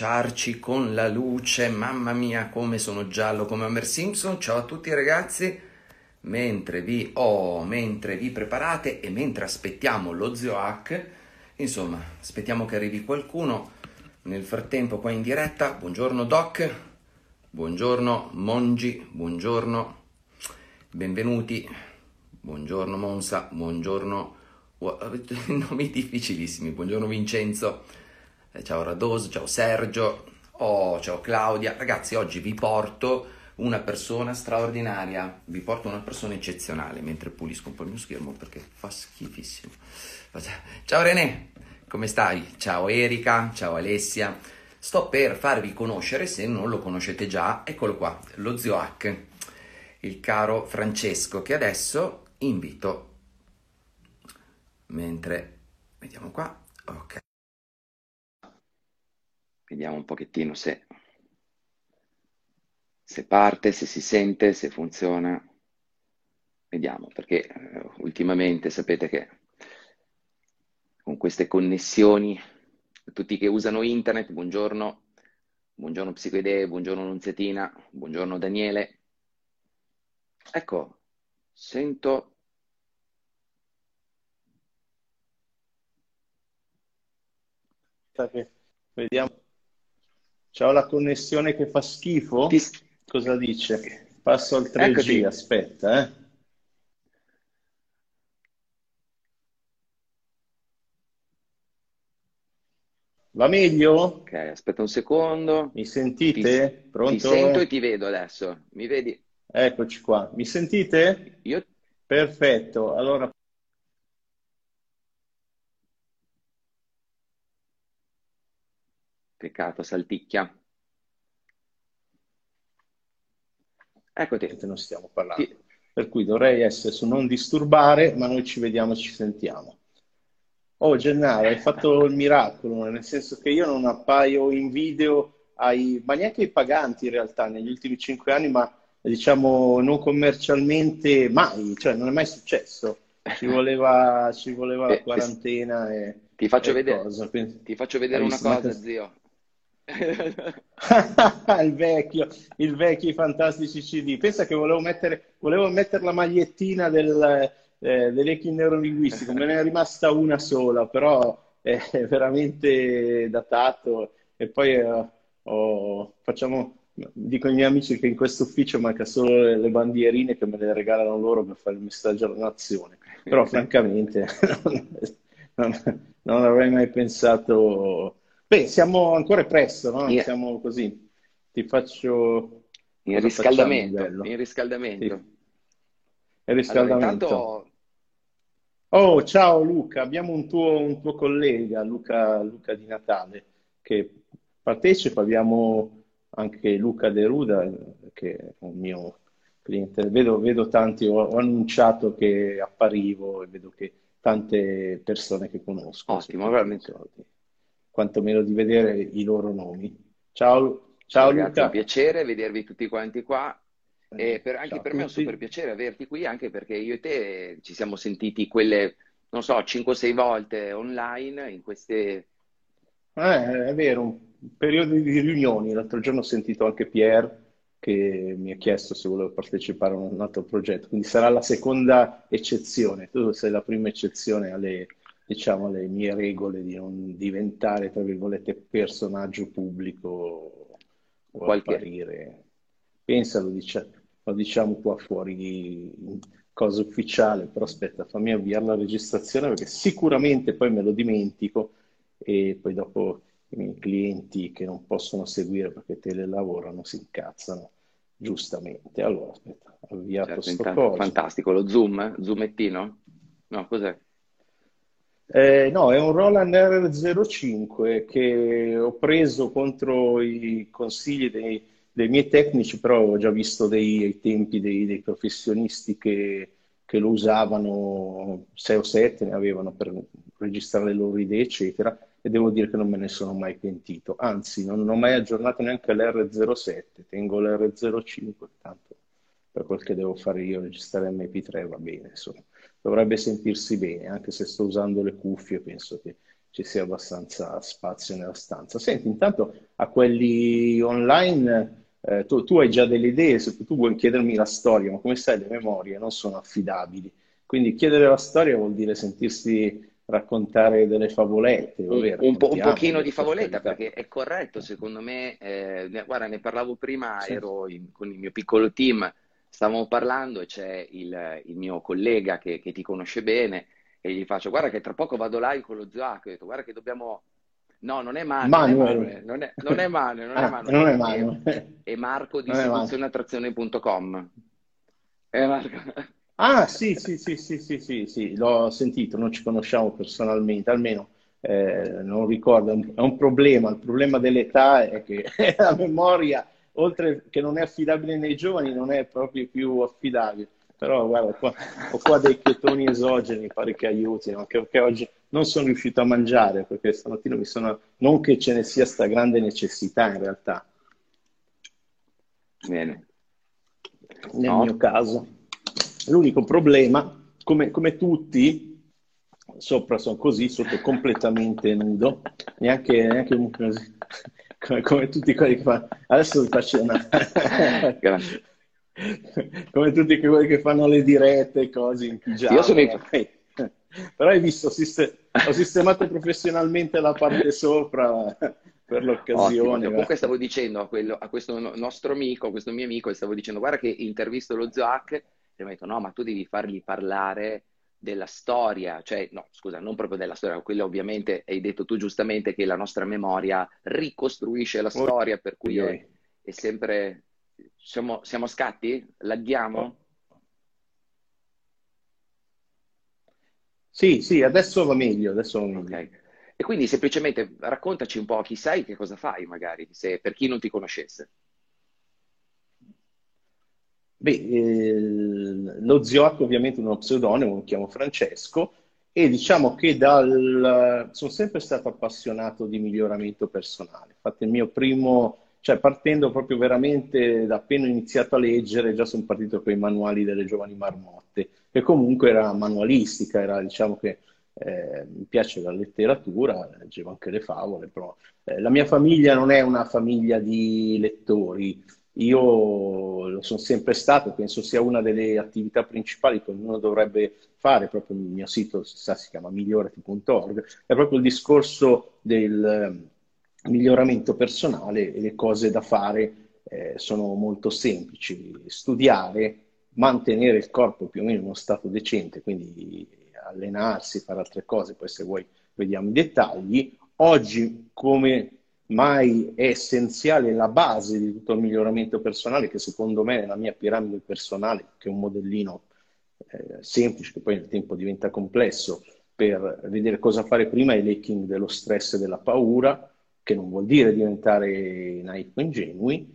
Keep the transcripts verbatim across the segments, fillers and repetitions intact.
Ciarci con la luce, mamma mia come sono giallo come Homer Simpson. Ciao a tutti ragazzi, mentre vi, oh, mentre vi preparate e mentre aspettiamo lo zio Hack, insomma aspettiamo che arrivi qualcuno. Nel frattempo qua in diretta, buongiorno Doc, buongiorno Mongi, buongiorno, benvenuti, buongiorno Monza, buongiorno, nomi difficilissimi, buongiorno Vincenzo. Eh, Ciao Radoso, ciao Sergio, oh, ciao Claudia. Ragazzi, oggi vi porto una persona straordinaria, vi porto una persona eccezionale, mentre pulisco un po' il mio schermo perché fa schifissimo. Ciao René, come stai? Ciao Erika, ciao Alessia. Sto per farvi conoscere, se non lo conoscete già, eccolo qua, lo zio Hack, il caro Francesco, che adesso invito, mentre, vediamo qua, ok. Vediamo un pochettino se, se parte, se si sente, se funziona. Vediamo, perché eh, ultimamente sapete che con queste connessioni, tutti che usano internet, buongiorno, buongiorno Psicoidee, buongiorno Nunziatina, buongiorno Daniele. Ecco, sento... Che- Vediamo. C'ho la connessione che fa Ti... schifo? Cosa dice? Passo al tre G, Eccoti, aspetta, eh. Va meglio? ok, aspetta un secondo. Mi Ti, s- sentite? ti sento e Pronto? ti vedo adesso. Mi vedi? Eccoci qua. Mi sentite? Io... Perfetto. Allora, Peccato, salticchia. Eccoti. non stiamo Ti- parlando. Per cui dovrei essere su non disturbare, ma noi ci vediamo e ci sentiamo. Oh, Gennaro, hai fatto il miracolo, nel senso che io non appaio in video ai, ma neanche ai paganti in realtà negli ultimi cinque anni, ma diciamo non commercialmente mai, cioè non è mai successo. Ci voleva, ci voleva la Eh, s- quarantena e, ti faccio e vedere, cosa. Quindi, ti faccio hai vedere una visto? Ma cosa, che- zio. Il vecchio, il vecchio, i fantastici C D. Pensa che volevo mettere, volevo mettere la magliettina del, eh, dell'Echi Neurolinguistico, me ne è rimasta una sola, però è veramente datato. E poi eh, ho- facciamo, dico ai miei amici che in questo ufficio manca solo le, le bandierine che me le regalano loro per fare il messaggio alla nazione. Però francamente non, non non avrei mai pensato. Beh, siamo ancora presto, no? In, Siamo così. Ti faccio... in Cosa facciamo di riscaldamento, in bello? Sì. riscaldamento. Il Allora, riscaldamento. intanto, Oh, ciao Luca, abbiamo un tuo, un tuo collega, Luca, Luca di Natale, che partecipa. Abbiamo anche Luca De Ruda, eh, che è un mio cliente. Vedo, vedo tanti, ho, ho annunciato che apparivo e vedo che tante persone che conosco, sono ottimo, veramente. contento di, quantomeno di vedere i loro nomi. Ciao, Ciao ciao ragazzi, è un Luca. piacere vedervi tutti quanti qua. Eh, E per- anche ciao a per me è un super tutti. piacere averti qui, anche perché io e te ci siamo sentiti quelle, non so, cinque o sei volte online in queste... Eh, è vero, un periodo di riunioni. L'altro giorno ho sentito anche Pierre che mi ha chiesto se volevo partecipare a un altro progetto, quindi sarà la seconda eccezione. Tu sei la prima eccezione alle, diciamo, alle mie regole di non diventare, tra virgolette, personaggio pubblico o qualche... apparire. Pensa, lo, dice- lo diciamo qua fuori in cosa ufficiale, però aspetta, fammi avviare la registrazione perché sicuramente poi me lo dimentico e poi dopo i miei clienti che non possono seguire perché telelavorano si incazzano, giustamente. Allora, aspetta, ho avviato Certo, sto intanto, coso. fantastico. Lo zoom? Zoomettino? No, cos'è? Eh, no, è un Roland R zero cinque che ho preso contro i consigli dei, dei miei tecnici, però ho già visto dei, ai tempi dei, dei professionisti che, che lo usavano, sei o sette ne avevano per registrare le loro idee, eccetera, e devo dire che non me ne sono mai pentito. Anzi, non, non ho mai aggiornato neanche l'R zero sette, tengo l'R zero cinque, tanto per quel che devo fare io, registrare M P tre va bene, insomma dovrebbe sentirsi bene, anche se sto usando le cuffie, penso che ci sia abbastanza spazio nella stanza. Senti, intanto a quelli online, eh, tu, tu hai già delle idee, se tu vuoi chiedermi la storia, ma come sai, le memorie non sono affidabili. Quindi chiedere la storia vuol dire sentirsi raccontare delle favolette, Un, vabbè, un po', un pochino raccontiamole, di per favoletta carità. perché è corretto, secondo me. Eh, ne- guarda, ne parlavo prima, Sì. ero in- con il mio piccolo team, stavamo parlando e c'è il, il mio collega che, che ti conosce bene e gli faccio, guarda che tra poco vado live con lo Zoac, ho detto, guarda che dobbiamo... No, non è Manu, non è Manu, Manuel. eh, non è, non è Manu, non è Ah, Manu, non è è, è- Manuel. è Marco di Non è Manuel. seduzione attrazione punto com. È Marco. Ah, sì, sì, sì, sì, sì, sì, sì, l'ho sentito, non ci conosciamo personalmente, almeno eh, non ricordo, è un, è un problema, il problema dell'età è che la memoria, oltre che non è affidabile nei giovani, non è proprio più affidabile. Però guarda, qua, ho qua dei chetoni esogeni, pare che aiutino, anche perché oggi non sono riuscito a mangiare, perché stamattina mi sono... Non che ce ne sia sta grande necessità in realtà, Bene. nel mio No? caso. L'unico problema, come, come tutti, sopra sono così, sotto completamente nudo, neanche, neanche un- così, come, come tutti quelli che fanno. Adesso vi faccio una... Grazie. come tutti quelli che fanno le dirette, cose in Io sono pigiama, in... oramai. Però hai visto, ho siste- ho sistemato professionalmente la parte sopra per Ottimo, l'occasione. ottimo. Va. Comunque stavo dicendo a, quello- a questo no- nostro amico, a questo mio amico, e stavo dicendo, guarda che intervisto lo Zoac, e mi ha detto, no, ma tu devi fargli parlare della storia, cioè, no, scusa, non proprio della storia, quello ovviamente hai detto tu giustamente che la nostra memoria ricostruisce la Oi, storia, per cui oi. è, è sempre... Siamo, siamo scatti? Oh. Laghiamo? Sì, sì, adesso va meglio, adesso va Ok. meglio. E quindi semplicemente raccontaci un po' chi sei, che cosa fai, magari, se, per chi non ti conoscesse. Beh, eh, lo Zioacco ovviamente è uno pseudonimo, mi chiamo Francesco e diciamo che dal, sono sempre stato appassionato di miglioramento personale. Infatti il mio primo, cioè partendo proprio veramente da appena ho iniziato a leggere, già sono partito con i manuali delle giovani marmotte, che comunque era manualistica, era diciamo che eh, mi piace la letteratura, leggevo anche le favole, però eh, la mia famiglia non è una famiglia di lettori. Io lo sono sempre stato, penso sia una delle attività principali che ognuno dovrebbe fare, proprio il mio sito sa, si chiama migliorati punto org, è proprio il discorso del eh, miglioramento personale e le cose da fare eh, sono molto semplici. Studiare, mantenere il corpo più o meno in uno stato decente, quindi allenarsi, fare altre cose, poi se vuoi vediamo i dettagli. Oggi, come mai è essenziale la base di tutto il miglioramento personale, che secondo me nella mia piramide personale, che è un modellino eh, semplice, che poi nel tempo diventa complesso, per vedere cosa fare prima, è l'hacking dello stress e della paura, che non vuol dire diventare naif o ingenui,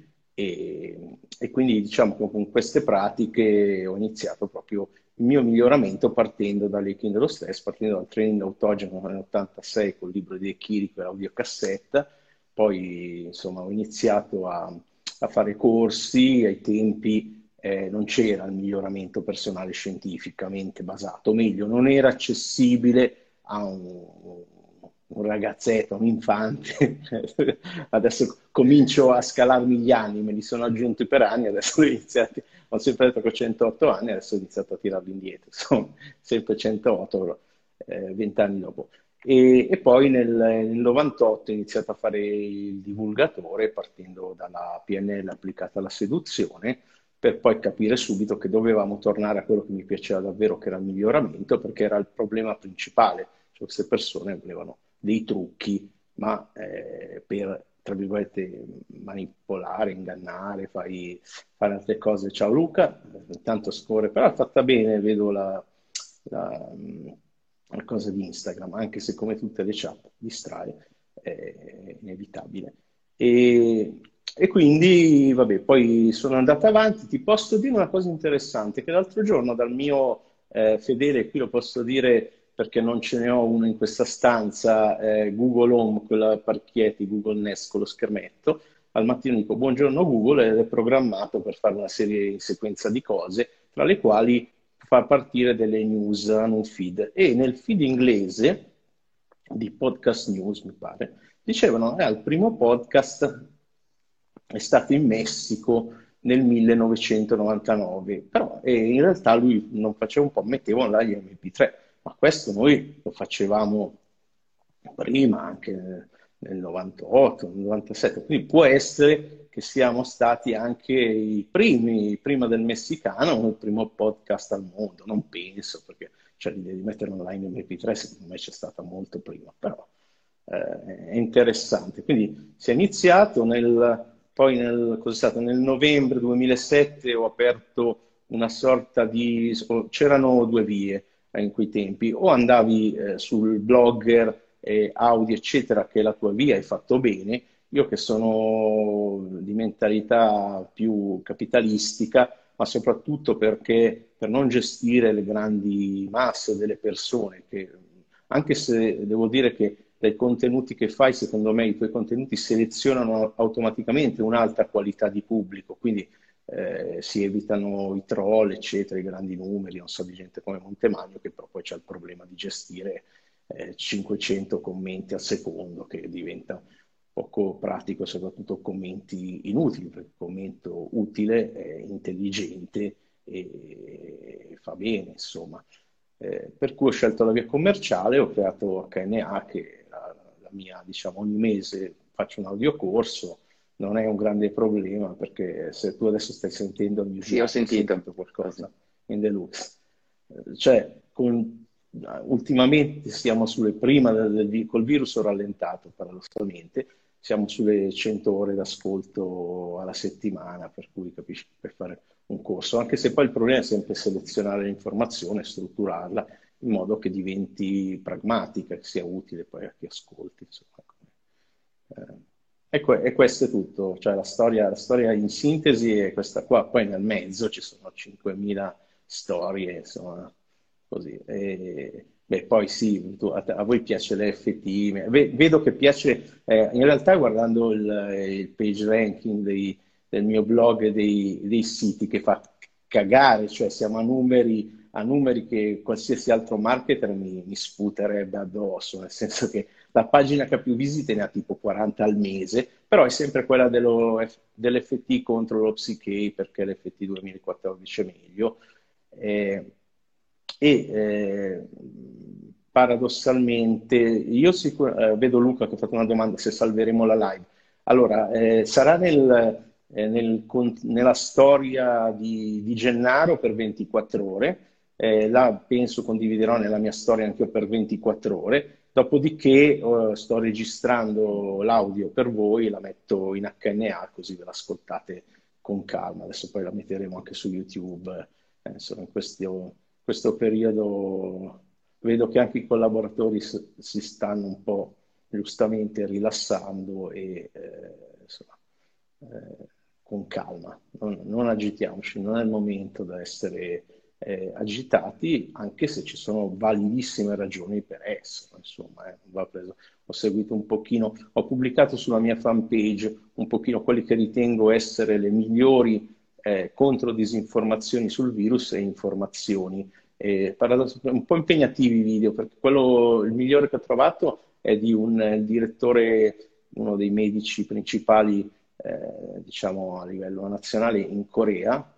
e, e quindi diciamo che con queste pratiche ho iniziato proprio il mio miglioramento partendo dall'hacking dello stress, partendo dal training autogeno nell'ottantasei col libro di Chirico e l'audiocassetta, poi insomma ho iniziato a, a fare corsi, ai tempi eh, non c'era il miglioramento personale scientificamente basato, o meglio, non era accessibile a un, un ragazzetto, un infante. Adesso comincio a scalarmi gli anni, me li sono aggiunti per anni, adesso ho iniziato, ho sempre detto che ho centootto anni, adesso ho iniziato a tirarli indietro, sono sempre centootto, eh, venti anni dopo. E, e poi nel, nel novantotto ho iniziato a fare il divulgatore partendo dalla P N L applicata alla seduzione, per poi capire subito che dovevamo tornare a quello che mi piaceva davvero, che era il miglioramento, perché era il problema principale. Cioè, queste persone volevano dei trucchi, ma eh, per, tra virgolette, manipolare, ingannare, fai, fare altre cose. Ciao Luca, intanto scorre, però è fatta bene, vedo la, la, la cosa di Instagram, anche se come tutte le chat distrae, è inevitabile. E, e quindi, vabbè, poi sono andato avanti. Ti posso dire una cosa interessante, che l'altro giorno dal mio eh, fedele, qui lo posso dire perché non ce ne ho uno in questa stanza, eh, Google Home, quella per Chieti, Google Nest con lo schermetto, al mattino dico buongiorno Google ed è programmato per fare una serie in sequenza di cose, tra le quali far partire delle news in un feed. E nel feed inglese di Podcast News, mi pare, dicevano, eh, il primo podcast è stato in Messico nel millenovecentonovantanove, però eh, in realtà lui non faceva un po', metteva là gli M P tre, ma questo noi lo facevamo prima, anche nel novantotto, nel novantasette, quindi può essere che siamo stati anche i primi, prima del messicano, il primo podcast al mondo, non penso, perché cioè, l'idea di mettere online M P tre secondo me c'è stata molto prima, però eh, è interessante. Quindi si è iniziato nel, poi nel, cos'è stato? Nel novembre duemilasette ho aperto una sorta di, c'erano due vie eh, in quei tempi, o andavi eh, sul blogger eh, Audio eccetera, che è la tua via, hai fatto bene. Io che sono di mentalità più capitalistica, ma soprattutto perché per non gestire le grandi masse delle persone, che anche se devo dire che dai contenuti che fai, secondo me i tuoi contenuti selezionano automaticamente un'alta qualità di pubblico, quindi eh, si evitano i troll, eccetera, i grandi numeri, non so, di gente come Montemagno, che però poi c'è il problema di gestire eh, cinquecento commenti al secondo, che diventa poco pratico, soprattutto commenti inutili, perché il commento utile è intelligente e fa bene, insomma. Eh, per cui ho scelto la via commerciale, ho creato H N A, che è la, la mia, diciamo, ogni mese faccio un audiocorso, non è un grande problema, perché se tu adesso stai sentendo il Sì, ho Newsletter, hai sentito. sentito qualcosa in deluxe. Eh, Cioè, con, ultimamente siamo sulle prima del, del, col virus ho rallentato paradossalmente, siamo sulle cento ore d'ascolto alla settimana, per cui capisci, per fare un corso, anche se poi il problema è sempre selezionare l'informazione, strutturarla in modo che diventi pragmatica, che sia utile poi a chi ascolti. Insomma. Eh, e, que- e questo è tutto, cioè la storia, la storia in sintesi è questa qua, poi nel mezzo ci sono cinquemila storie, insomma, così. E, beh, poi sì, tu- a, a voi piace l'F T, ve- vedo che piace, eh, in realtà guardando il, il page ranking dei- del mio blog e dei, dei siti che fa cagare, cioè siamo a numeri, a numeri che qualsiasi altro marketer mi, mi sputerebbe addosso, nel senso che la pagina che ha più visite ne ha tipo quaranta al mese, però è sempre quella dello, dell'F T contro lo Psyche, perché l'F T duemilaquattordici è meglio. Eh, e eh, paradossalmente, io sicur- eh, vedo Luca che ha fatto una domanda se salveremo la live. Allora, eh, sarà nel, eh, nel con- nella storia di, di Gennaro per ventiquattro ore, eh, là penso condividerò nella mia storia anche io per ventiquattro ore, dopodiché eh, sto registrando l'audio per voi, la metto in H N A così ve l'ascoltate con calma, adesso poi la metteremo anche su YouTube, eh, insomma in questo, questo periodo vedo che anche i collaboratori s- si stanno un po' giustamente rilassando e eh, insomma, eh, con calma, non, non agitiamoci, non è il momento da essere eh, agitati, anche se ci sono validissime ragioni per essere, insomma, eh, va preso. Ho seguito un pochino, ho pubblicato sulla mia fanpage un pochino quelle che ritengo essere le migliori eh, contro disinformazioni sul virus e informazioni. Eh, paradoss- un po' impegnativi i video, perché quello, il migliore che ho trovato è di un eh, direttore, uno dei medici principali, eh, diciamo a livello nazionale in Corea,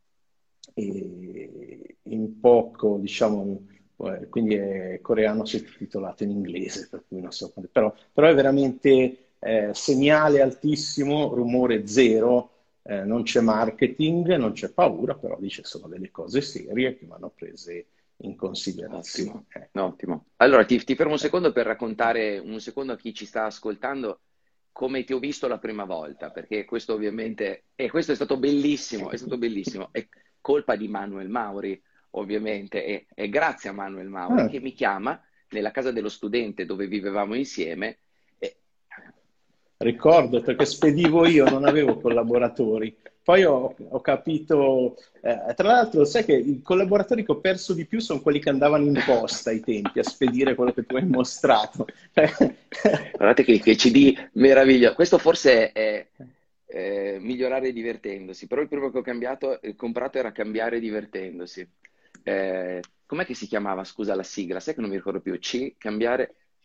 e in poco, diciamo, eh, quindi è coreano sottotitolato in inglese, per cui non so, quante- però, però è veramente eh, segnale altissimo, rumore zero, eh, non c'è marketing, non c'è paura, però dice sono delle cose serie che vanno prese in considerazione. Ottimo, Ecco. ottimo. Allora ti, ti fermo un Eh, secondo per raccontare un secondo a chi ci sta ascoltando come ti ho visto la prima volta, perché questo ovviamente, e questo è stato bellissimo, è stato bellissimo, è colpa di Manuel Mauri, ovviamente, e, e grazie a Manuel Mauri ah, che mi chiama nella casa dello studente dove vivevamo insieme. E... Ricordo perché spedivo io, non avevo collaboratori. Poi ho, ho capito, eh, tra l'altro, sai che i collaboratori che ho perso di più sono quelli che andavano in posta ai tempi a spedire quello che tu hai mostrato. Guardate che, che C D meraviglioso. Questo forse è eh, migliorare divertendosi, però il primo che ho cambiato, eh, comprato era cambiare divertendosi. Eh, com'è che si chiamava, scusa, la sigla? Sai che non mi ricordo più. C, cambiare.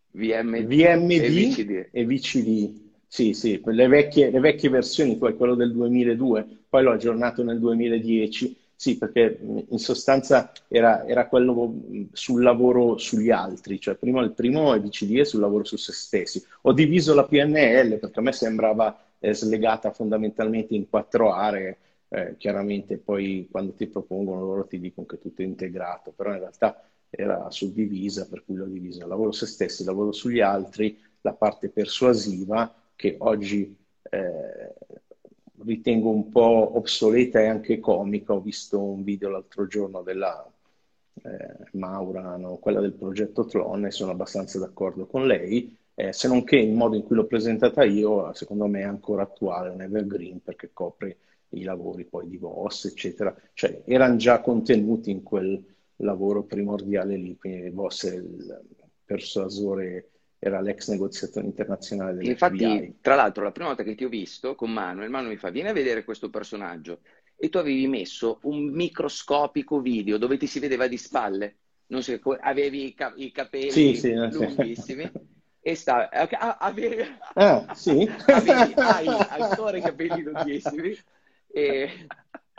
V M D e V M D V C D. e V C D. Sì, sì, le vecchie, le vecchie versioni, poi quello del duemiladue, poi l'ho aggiornato nel duemiladieci. Sì, perché mh, in sostanza era, era quello mh, sul lavoro sugli altri, cioè prima il primo è V C D e sul lavoro su se stessi. Ho diviso la P N L perché a me sembrava eh, slegata fondamentalmente in quattro aree. Eh, chiaramente poi quando ti propongono loro ti dicono che tutto è integrato, però in realtà era suddivisa, per cui l'ho divisa: lavoro su se stessi, lavoro sugli altri, la parte persuasiva che oggi eh, ritengo un po' obsoleta e anche comica. Ho visto un video l'altro giorno della eh, Maura, no? Quella del progetto Tlon, e sono abbastanza d'accordo con lei, eh, se non che il modo in cui l'ho presentata io, secondo me è ancora attuale, un evergreen, perché copre i lavori poi di Voss, eccetera. Cioè, erano già contenuti in quel lavoro primordiale lì, quindi Voss è il persuasore, era l'ex negoziatore internazionale dell'F B I. Infatti, tra l'altro, la prima volta che ti ho visto con Manuel, Manuel mi fa, vieni a vedere questo personaggio. E tu avevi messo un microscopico video dove ti si vedeva di spalle. Non so, co- avevi i, ca- i Sì, capelli sì, no, sì. lunghissimi e sta, eh, ah, avevi, Ah, sì? avevi, hai ancora i capelli lunghissimi e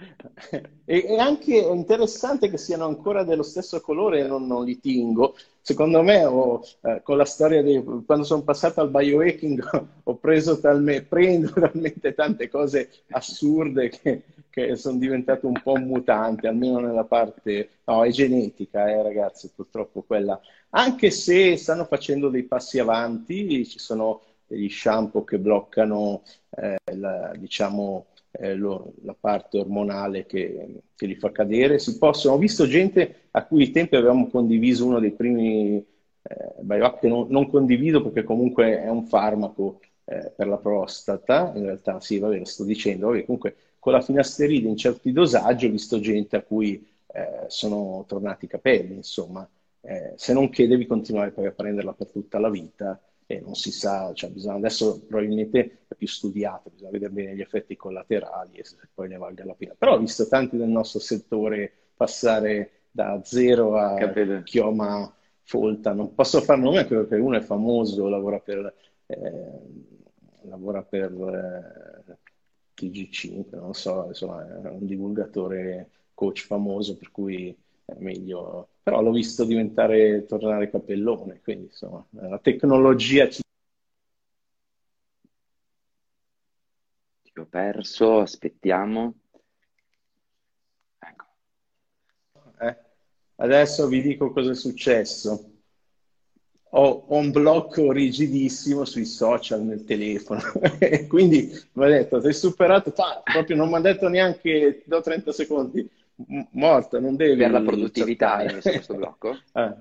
E, e anche è interessante che siano ancora dello stesso colore e non, non li tingo. Secondo me, ho, eh, con la storia di quando sono passato al biohacking, ho preso talmente, prendo talmente tante cose assurde che, che sono diventato un po' un mutante, almeno nella parte. No, è genetica, eh, ragazzi, purtroppo quella. Anche se stanno facendo dei passi avanti, ci sono degli shampoo che bloccano, eh, la, diciamo eh, lo- la parte ormonale che, che li fa cadere. Si possono, ho visto gente a cui i tempi avevamo condiviso uno dei primi eh, biohack, che non, non condivido perché comunque è un farmaco eh, per la prostata. In realtà sì, vabbè, lo sto dicendo, vabbè, comunque con la finasteride in certi dosaggi ho visto gente a cui eh, sono tornati i capelli, insomma. Eh, se non che devi continuare poi a prenderla per tutta la vita e non si sa, cioè bisogna, adesso probabilmente è più studiato, bisogna vedere bene gli effetti collaterali e se poi ne valga la pena. Però ho visto tanti del nostro settore passare da zero a capelli. chioma folta. Non posso fare nome anche perché uno è famoso, lavora per, eh, lavora per eh, T G cinque, non so, insomma, è un divulgatore, coach famoso, per cui è meglio. Però l'ho visto diventare, tornare capellone, quindi insomma, la tecnologia ci. Ti ho perso, aspettiamo. Ecco. eh. Adesso vi dico cosa è successo. Ho, ho un blocco rigidissimo sui social nel telefono, e quindi mi ha detto, sei superato, fa, proprio non mi ha detto neanche, ti do trenta secondi, M- morta, non Per la devi produttività hai chattare. messo questo blocco? Eh.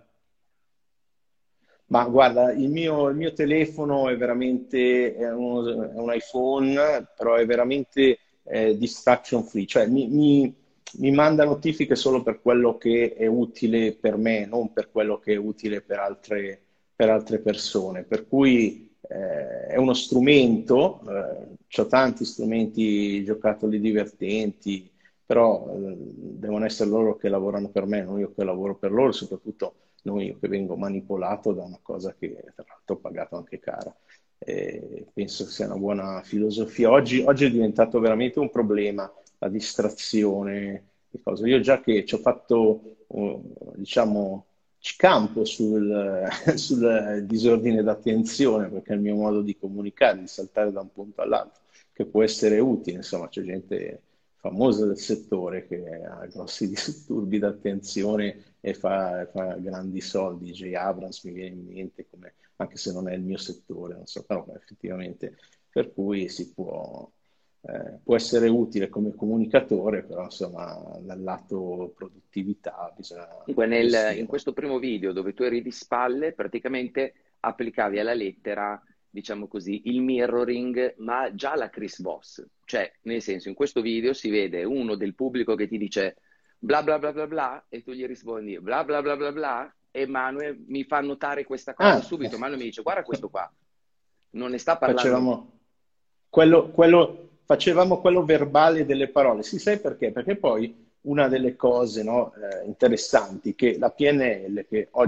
Ma guarda, il mio, il mio telefono è veramente è uno- è un iPhone, però è veramente eh, distraction free, cioè mi, mi- mi manda notifiche solo per quello che è utile per me, non per quello che è utile per altre, per altre persone. Per cui eh, è uno strumento, eh, ho tanti strumenti, giocattoli divertenti, però eh, devono essere loro che lavorano per me, non io che lavoro per loro, soprattutto non io che vengo manipolato da una cosa che tra l'altro ho pagato anche cara. Eh, penso sia una buona filosofia. Oggi, oggi è diventato veramente un problema la distrazione. Di cose. Io già che ci ho fatto, uh, diciamo, ci campo sul, sul disordine d'attenzione, perché è il mio modo di comunicare, di saltare da un punto all'altro, che può essere utile. Insomma, c'è gente famosa del settore che ha grossi disturbi d'attenzione e fa, fa grandi soldi. J. Abrams mi viene in mente, come, anche se non è il mio settore, non so, però effettivamente per cui si può, eh, può essere utile come comunicatore, però insomma dal lato produttività bisogna Comunque, nel- in gestirlo. questo primo video dove tu eri di spalle, praticamente applicavi alla lettera, diciamo così, il mirroring, ma già la Chris Voss. Cioè, nel senso, in questo video si vede uno del pubblico che ti dice bla bla bla bla bla e tu gli rispondi bla bla bla bla bla e Manuel mi fa notare questa cosa Ah, subito. Manuel mi dice guarda questo qua, non ne sta parlando. facevamo quello, quello- facevamo quello verbale delle parole. Si sai perché? Perché poi una delle cose, no, eh, interessanti che la P N L, che oggi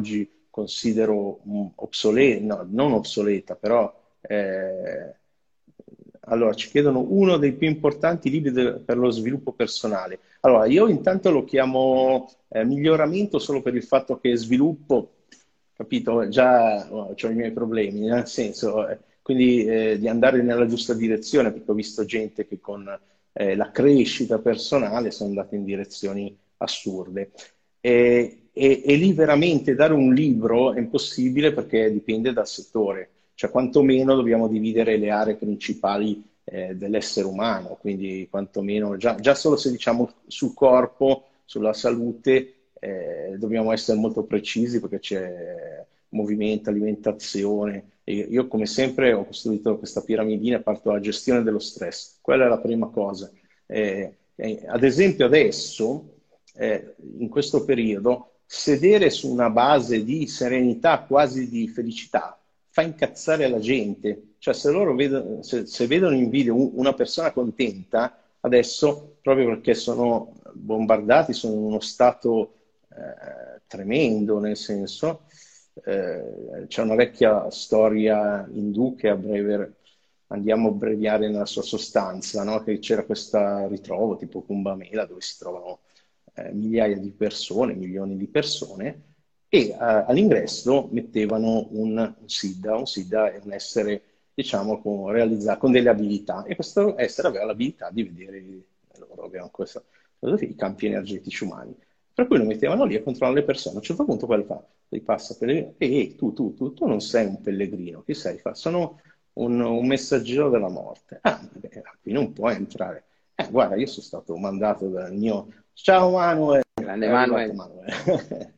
considero obsoleta, no, non obsoleta, però eh, allora ci chiedono uno dei più importanti libri de- per lo sviluppo personale. Allora, io intanto lo chiamo eh, miglioramento solo per il fatto che sviluppo, capito, già ho i miei problemi, nel senso, eh, quindi eh, di andare nella giusta direzione, perché ho visto gente che con eh, la crescita personale sono andati in direzioni assurde. E, e, e lì veramente dare un libro è impossibile perché dipende dal settore, cioè quantomeno dobbiamo dividere le aree principali eh, dell'essere umano, quindi quantomeno già, già solo se diciamo sul corpo, sulla salute, eh, dobbiamo essere molto precisi perché c'è movimento, alimentazione. E io come sempre ho costruito questa piramidina e parto dalla gestione dello stress, quella è la prima cosa. Eh, eh, ad esempio adesso, eh, in questo periodo, sedere su una base di serenità, quasi di felicità, fa incazzare la gente. Cioè, se loro vedono, se, se vedono in video un- una persona contenta, adesso, proprio perché sono bombardati, sono in uno stato eh, tremendo, nel senso, eh, c'è una vecchia storia indù che a breve andiamo a abbreviare nella sua sostanza, no? Che c'era questo ritrovo tipo Kumbh Mela dove si trovano eh, migliaia di persone, milioni di persone, e eh, all'ingresso mettevano un, un Siddha. Un Siddha è un essere, diciamo, con, realizzato, con delle abilità, e questo essere aveva l'abilità di vedere, loro avevano questa, i campi energetici umani. Per cui lo mettevano lì a controllare le persone. A un certo punto quello fa, li passa pellegrino, ehi, tu, tu, tu, tu non sei un pellegrino, chi sei? Fa, sono un, un messaggero della morte. Ah, beh, qui non puoi entrare. Eh, guarda, io sono stato mandato dal mio... Ciao Manuel, è Grande arrivato Manuel. Manuel.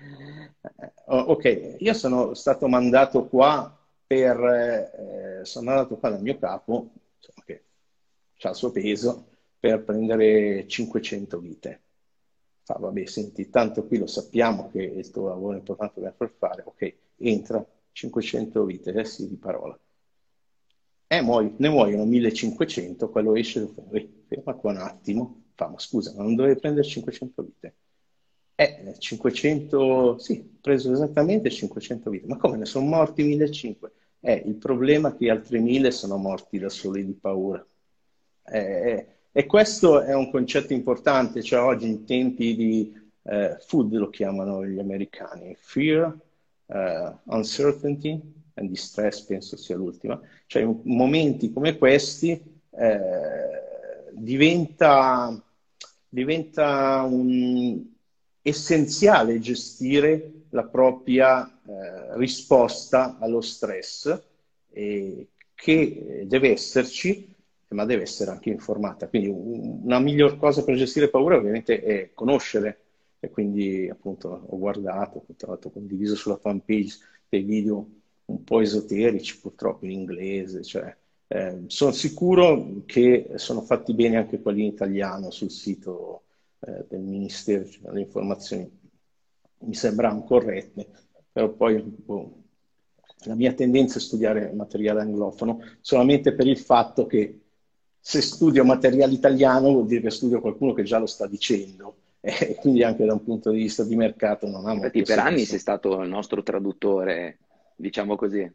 Oh, ok, io sono stato mandato qua per... eh, sono andato qua dal mio capo, insomma, che ha il suo peso, per prendere cinquecento vite. Fa, vabbè, senti, tanto qui lo sappiamo che il tuo lavoro è importante da far fare, ok, entra, cinquecento vite, eh sì, di parola. Eh, muoio- ne muoiono millecinquecento, quello esce fuori, ferma qua un attimo, fa, ma scusa, ma non dovevi prendere cinquecento vite? Eh, cinquecento, sì, ho preso esattamente cinquecento vite, ma come ne sono morti millecinquecento? Eh, il problema è che gli altri mille sono morti da soli di paura. Eh, e questo è un concetto importante, cioè oggi in tempi di eh, food lo chiamano gli americani, fear, eh, uncertainty and distress, penso sia l'ultima, cioè in momenti come questi eh, diventa, diventa un- essenziale gestire la propria eh, risposta allo stress, eh, che deve esserci, ma deve essere anche informata. Quindi un- una miglior cosa per gestire paura ovviamente è conoscere, e quindi appunto ho guardato, ho trovato condiviso sulla fanpage dei video un po' esoterici, purtroppo in inglese, cioè eh, sono sicuro che sono fatti bene anche quelli in italiano sul sito eh, del Ministero, cioè, le informazioni mi sembrano corrette, però poi boh, la mia tendenza è studiare materiale anglofono solamente per il fatto che se studio materiale italiano vuol dire che studio qualcuno che già lo sta dicendo, e quindi anche da un punto di vista di mercato non ha Infatti molto per anni sei senso. stato il nostro traduttore, diciamo così.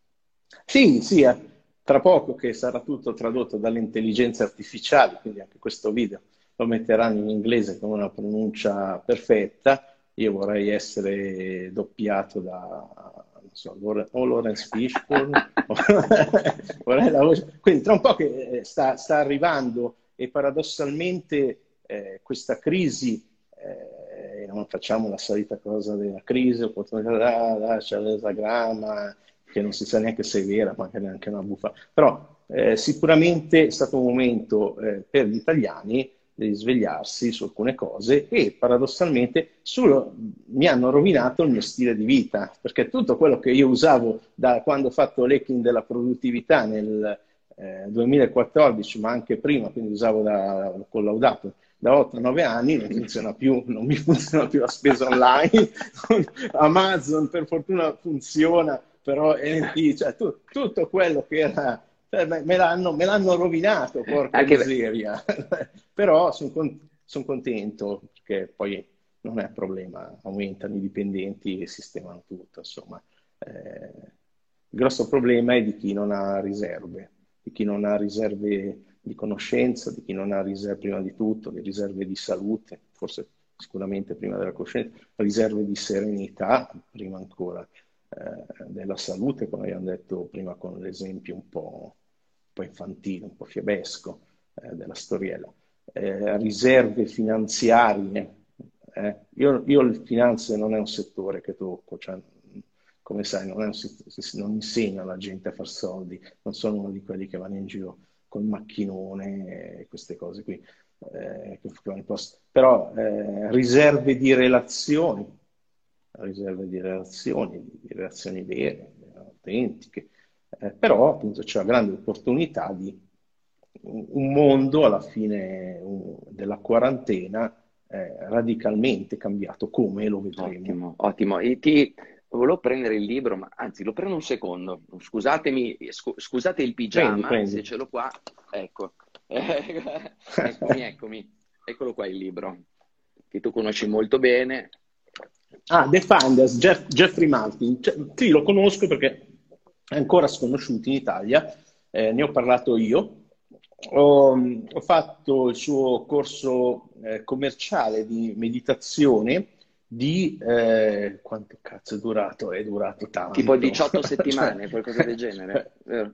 Sì, sì, eh, tra poco che sarà tutto tradotto dalle intelligenze artificiali, quindi anche questo video lo metteranno in inglese con una pronuncia perfetta. Io vorrei essere doppiato da, non so, Lore- o Lawrence Fishburne, o- vorrei la voce. Quindi tra un po' che eh, sta, sta arrivando, e paradossalmente eh, questa crisi, eh, non facciamo la solita cosa della crisi, opportunità, là, c'è l'esagramma, che non si sa neanche se è vera, magari è anche una bufala. Però eh, sicuramente è stato un momento eh, per gli italiani di svegliarsi su alcune cose, e paradossalmente solo, mi hanno rovinato il mio stile di vita, perché tutto quello che io usavo da quando ho fatto l'hacking della produttività nel eh, duemilaquattordici, ma anche prima, quindi usavo da collaudato da otto nove anni, non funziona più, non mi funziona più la spesa online. Amazon per fortuna funziona, però N F T, cioè tu- tutto quello che era, cioè, me me l'hanno me l'hanno rovinato, porca Anche, miseria. Però sono contento perché poi non è un problema, aumentano i dipendenti e sistemano tutto, insomma. Eh, il grosso problema è di chi non ha riserve, di chi non ha riserve di conoscenza, di chi non ha riserve prima di tutto, di riserve di salute, forse sicuramente prima della coscienza, riserve di serenità, prima ancora eh, della salute, come abbiamo detto prima con l'esempio un po', un po' infantile, un po' fiabesco eh, della storiella. Eh, riserve finanziarie. Eh. Io, io il finanza non è un settore che tocco, cioè, come sai, non, è un, non insegno alla gente a far soldi, non sono uno di quelli che vanno in giro col macchinone e queste cose qui. Eh, che però eh, riserve di relazioni, riserve di relazioni, di relazioni vere, autentiche, eh, però appunto c'è la grande opportunità di un mondo alla fine un, della quarantena eh, radicalmente cambiato, come lo vedremo. Ottimo, ottimo. E ti volevo prendere il libro, ma anzi lo prendo un secondo. Scusatemi, scu- scusate il Prendi, pigiama, se prendi. ce l'ho qua. Ecco, eccomi, eccomi. Eccolo qua il libro, che tu conosci molto bene. Ah, The Finders, Jeff- Jeffrey Martin. Cioè, sì, lo conosco perché è ancora sconosciuto in Italia, eh, ne ho parlato io. Ho, ho fatto il suo corso eh, commerciale di meditazione di... eh, quanto cazzo è durato? È durato Tipo tanto. diciotto Cioè, settimane, qualcosa del genere, vero?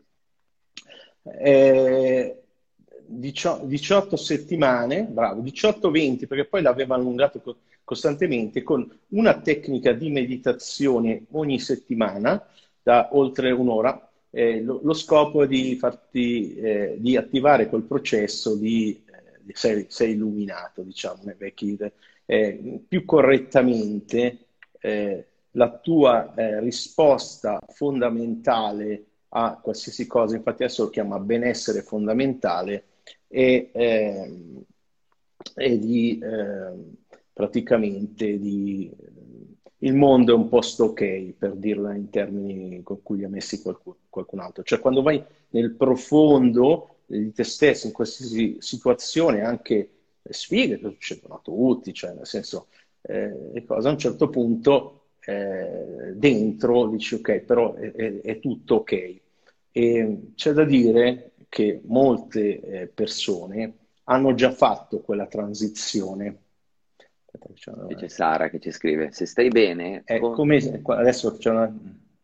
eh, dicio- diciotto settimane, bravo, diciotto venti, perché poi l'aveva allungato co- costantemente con una tecnica di meditazione ogni settimana da oltre un'ora. Eh, lo, lo scopo è di farti, eh, di attivare quel processo di, eh, di sei, sei illuminato, diciamo, nei vecchi, eh, più correttamente eh, la tua eh, risposta fondamentale a qualsiasi cosa, infatti adesso lo chiama benessere fondamentale, e, ehm, e di ehm, praticamente di, il mondo è un posto ok, per dirla in termini con cui li ha messi qualcun, qualcun altro. Cioè quando vai nel profondo di te stesso, in qualsiasi situazione, anche le sfighe che succedono a tutti, cioè nel senso, eh, le cose a un certo punto eh, dentro dici ok, però è, è- è tutto ok. E c'è da dire che molte eh, persone hanno già fatto quella transizione. Aspetta, che c'è E c'è una- Sara che ci scrive, se stai bene, È con... come se- qua- adesso c'è una...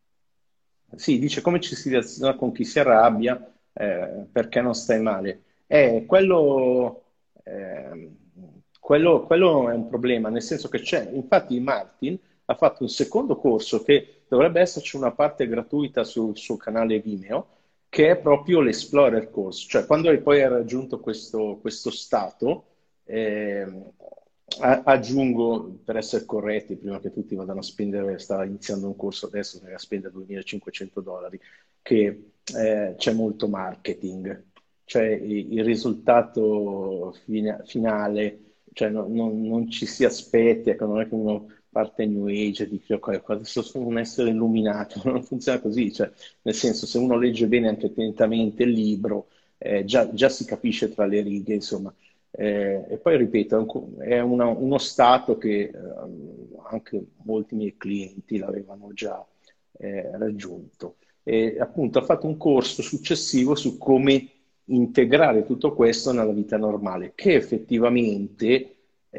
Sì, dice come ci si relaziona con chi si arrabbia eh, perché non stai male. Eh, quello, ehm, quello, quello è un problema, nel senso che c'è, infatti Martin ha fatto un secondo corso che dovrebbe esserci una parte gratuita sul suo canale Vimeo, che è proprio l'Explorer Course, cioè quando hai poi hai raggiunto questo, questo stato, ehm, a- aggiungo, per essere corretti, prima che tutti vadano a spendere, sta iniziando un corso adesso che va a spendere duemilacinquecento dollari, che eh, c'è molto marketing, cioè i- il risultato fine- finale, cioè no- non, non ci si aspetti, ecco, non è che uno parte New Age e dice ok, adesso sono un essere illuminato, non funziona così, cioè, nel senso se uno legge bene anche attentamente il libro, eh, già, già si capisce tra le righe, insomma. Eh, e poi ripeto, è, un co- è una- uno stato che ehm, anche molti miei clienti l'avevano già eh, raggiunto. E appunto ha fatto un corso successivo su come integrare tutto questo nella vita normale, che effettivamente,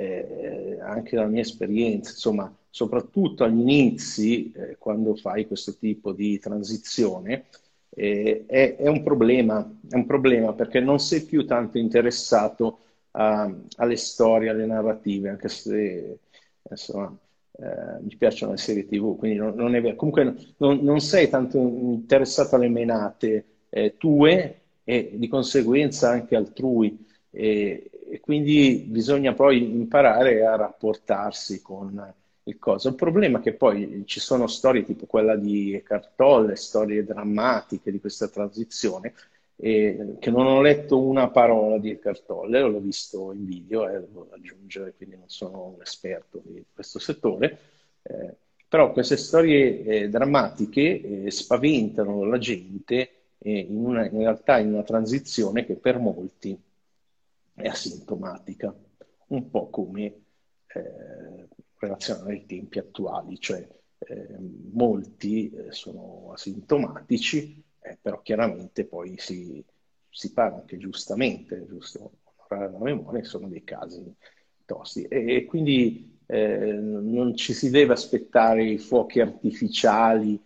eh, anche dalla mia esperienza, insomma, soprattutto agli inizi, eh, quando fai questo tipo di transizione, eh, è, è un problema, è un problema perché non sei più tanto interessato a- alle storie, alle narrative, anche se insomma, eh, mi piacciono le serie T V, quindi non, non è vero. Comunque non, non sei tanto interessato alle menate eh, tue e di conseguenza anche altrui. E, e quindi bisogna poi imparare a rapportarsi con il coso. Il problema è che poi ci sono storie tipo quella di Eckhart Tolle, storie drammatiche di questa transizione, e che non ho letto una parola di Eckhart Tolle, l'ho visto in video e devo aggiungere, quindi non sono un esperto di questo settore, eh, però queste storie eh, drammatiche eh, spaventano la gente eh, in, una, in realtà in una transizione che per molti è asintomatica, un po' come eh, relazionale ai tempi attuali, cioè eh, molti eh, sono asintomatici, eh, però chiaramente poi si, si parla anche giustamente, giusto, onorare la memoria, sono dei casi tosti. E, e quindi eh, non ci si deve aspettare i fuochi artificiali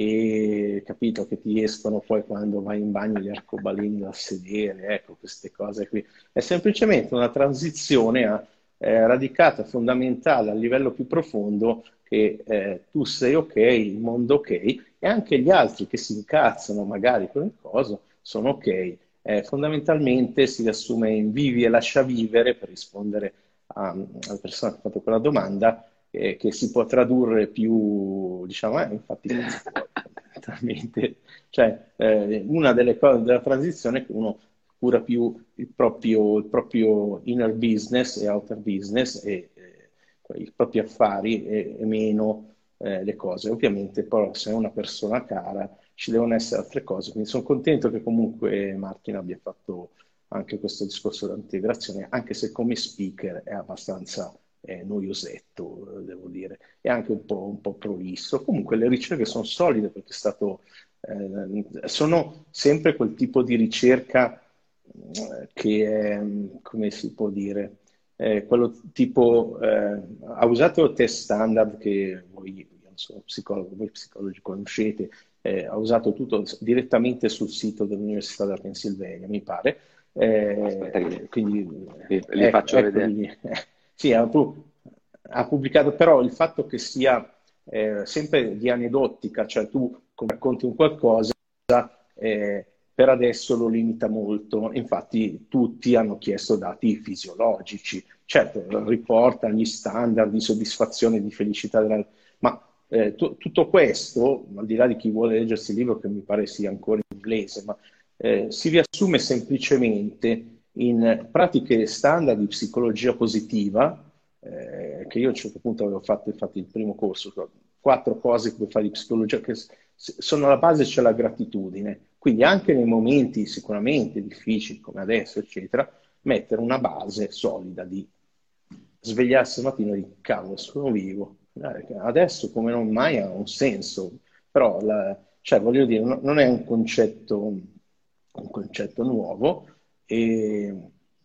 e capito che ti escono poi quando vai in bagno gli arcobaleni dal sedere, ecco queste cose qui. È semplicemente una transizione a, eh, radicata, fondamentale a livello più profondo che eh, tu sei ok, il mondo ok e anche gli altri che si incazzano magari con il coso sono ok. Eh, fondamentalmente si riassume in vivi e lascia vivere per rispondere a- alla persona che ha fatto quella domanda eh, che si può tradurre più, diciamo, eh, infatti non si può, fondamentalmente. Cioè, eh, una delle cose della transizione è che uno cura più il proprio, il proprio inner business e outer business e eh, i propri affari e, e meno eh, le cose. Ovviamente, però, se è una persona cara, ci devono essere altre cose. Quindi sono contento che comunque Martin abbia fatto anche questo discorso dell'integrazione, anche se come speaker è abbastanza eh, noiosetto, eh, devo dire, e anche un po', un po' prolisso. Comunque le ricerche sono solide perché è stato, eh, sono sempre quel tipo di ricerca eh, che è, come si può dire, eh, quello tipo, eh, ha usato il test standard che voi, io non sono psicologo, voi psicologi conoscete, eh, ha usato tutto direttamente sul sito dell'Università della Pennsylvania, mi pare. Aspetta Eh, che quindi, li, li ecco, faccio ecco, vedere. quindi, sì, ha, pu- ha pubblicato però il fatto che sia eh, sempre di aneddotica, cioè tu racconti un qualcosa, eh, per adesso lo limita molto. Infatti tutti hanno chiesto dati fisiologici, certo, riporta gli standard di soddisfazione e di felicità, della... ma eh, tu- tutto questo, al di là di chi vuole leggersi il libro, che mi pare sia ancora in inglese, ma eh, si riassume semplicemente in pratiche standard di psicologia positiva, eh, che io a un certo punto avevo fatto infatti il primo corso, quattro cose che puoi fare di psicologia, che s- sono alla base c'è la gratitudine, quindi anche nei momenti sicuramente difficili come adesso, eccetera, mettere una base solida di svegliarsi al mattino e dire cavolo, sono vivo. Eh, Adesso come non mai ha un senso, però la- cioè, voglio dire, no- non è un concetto, un concetto nuovo e,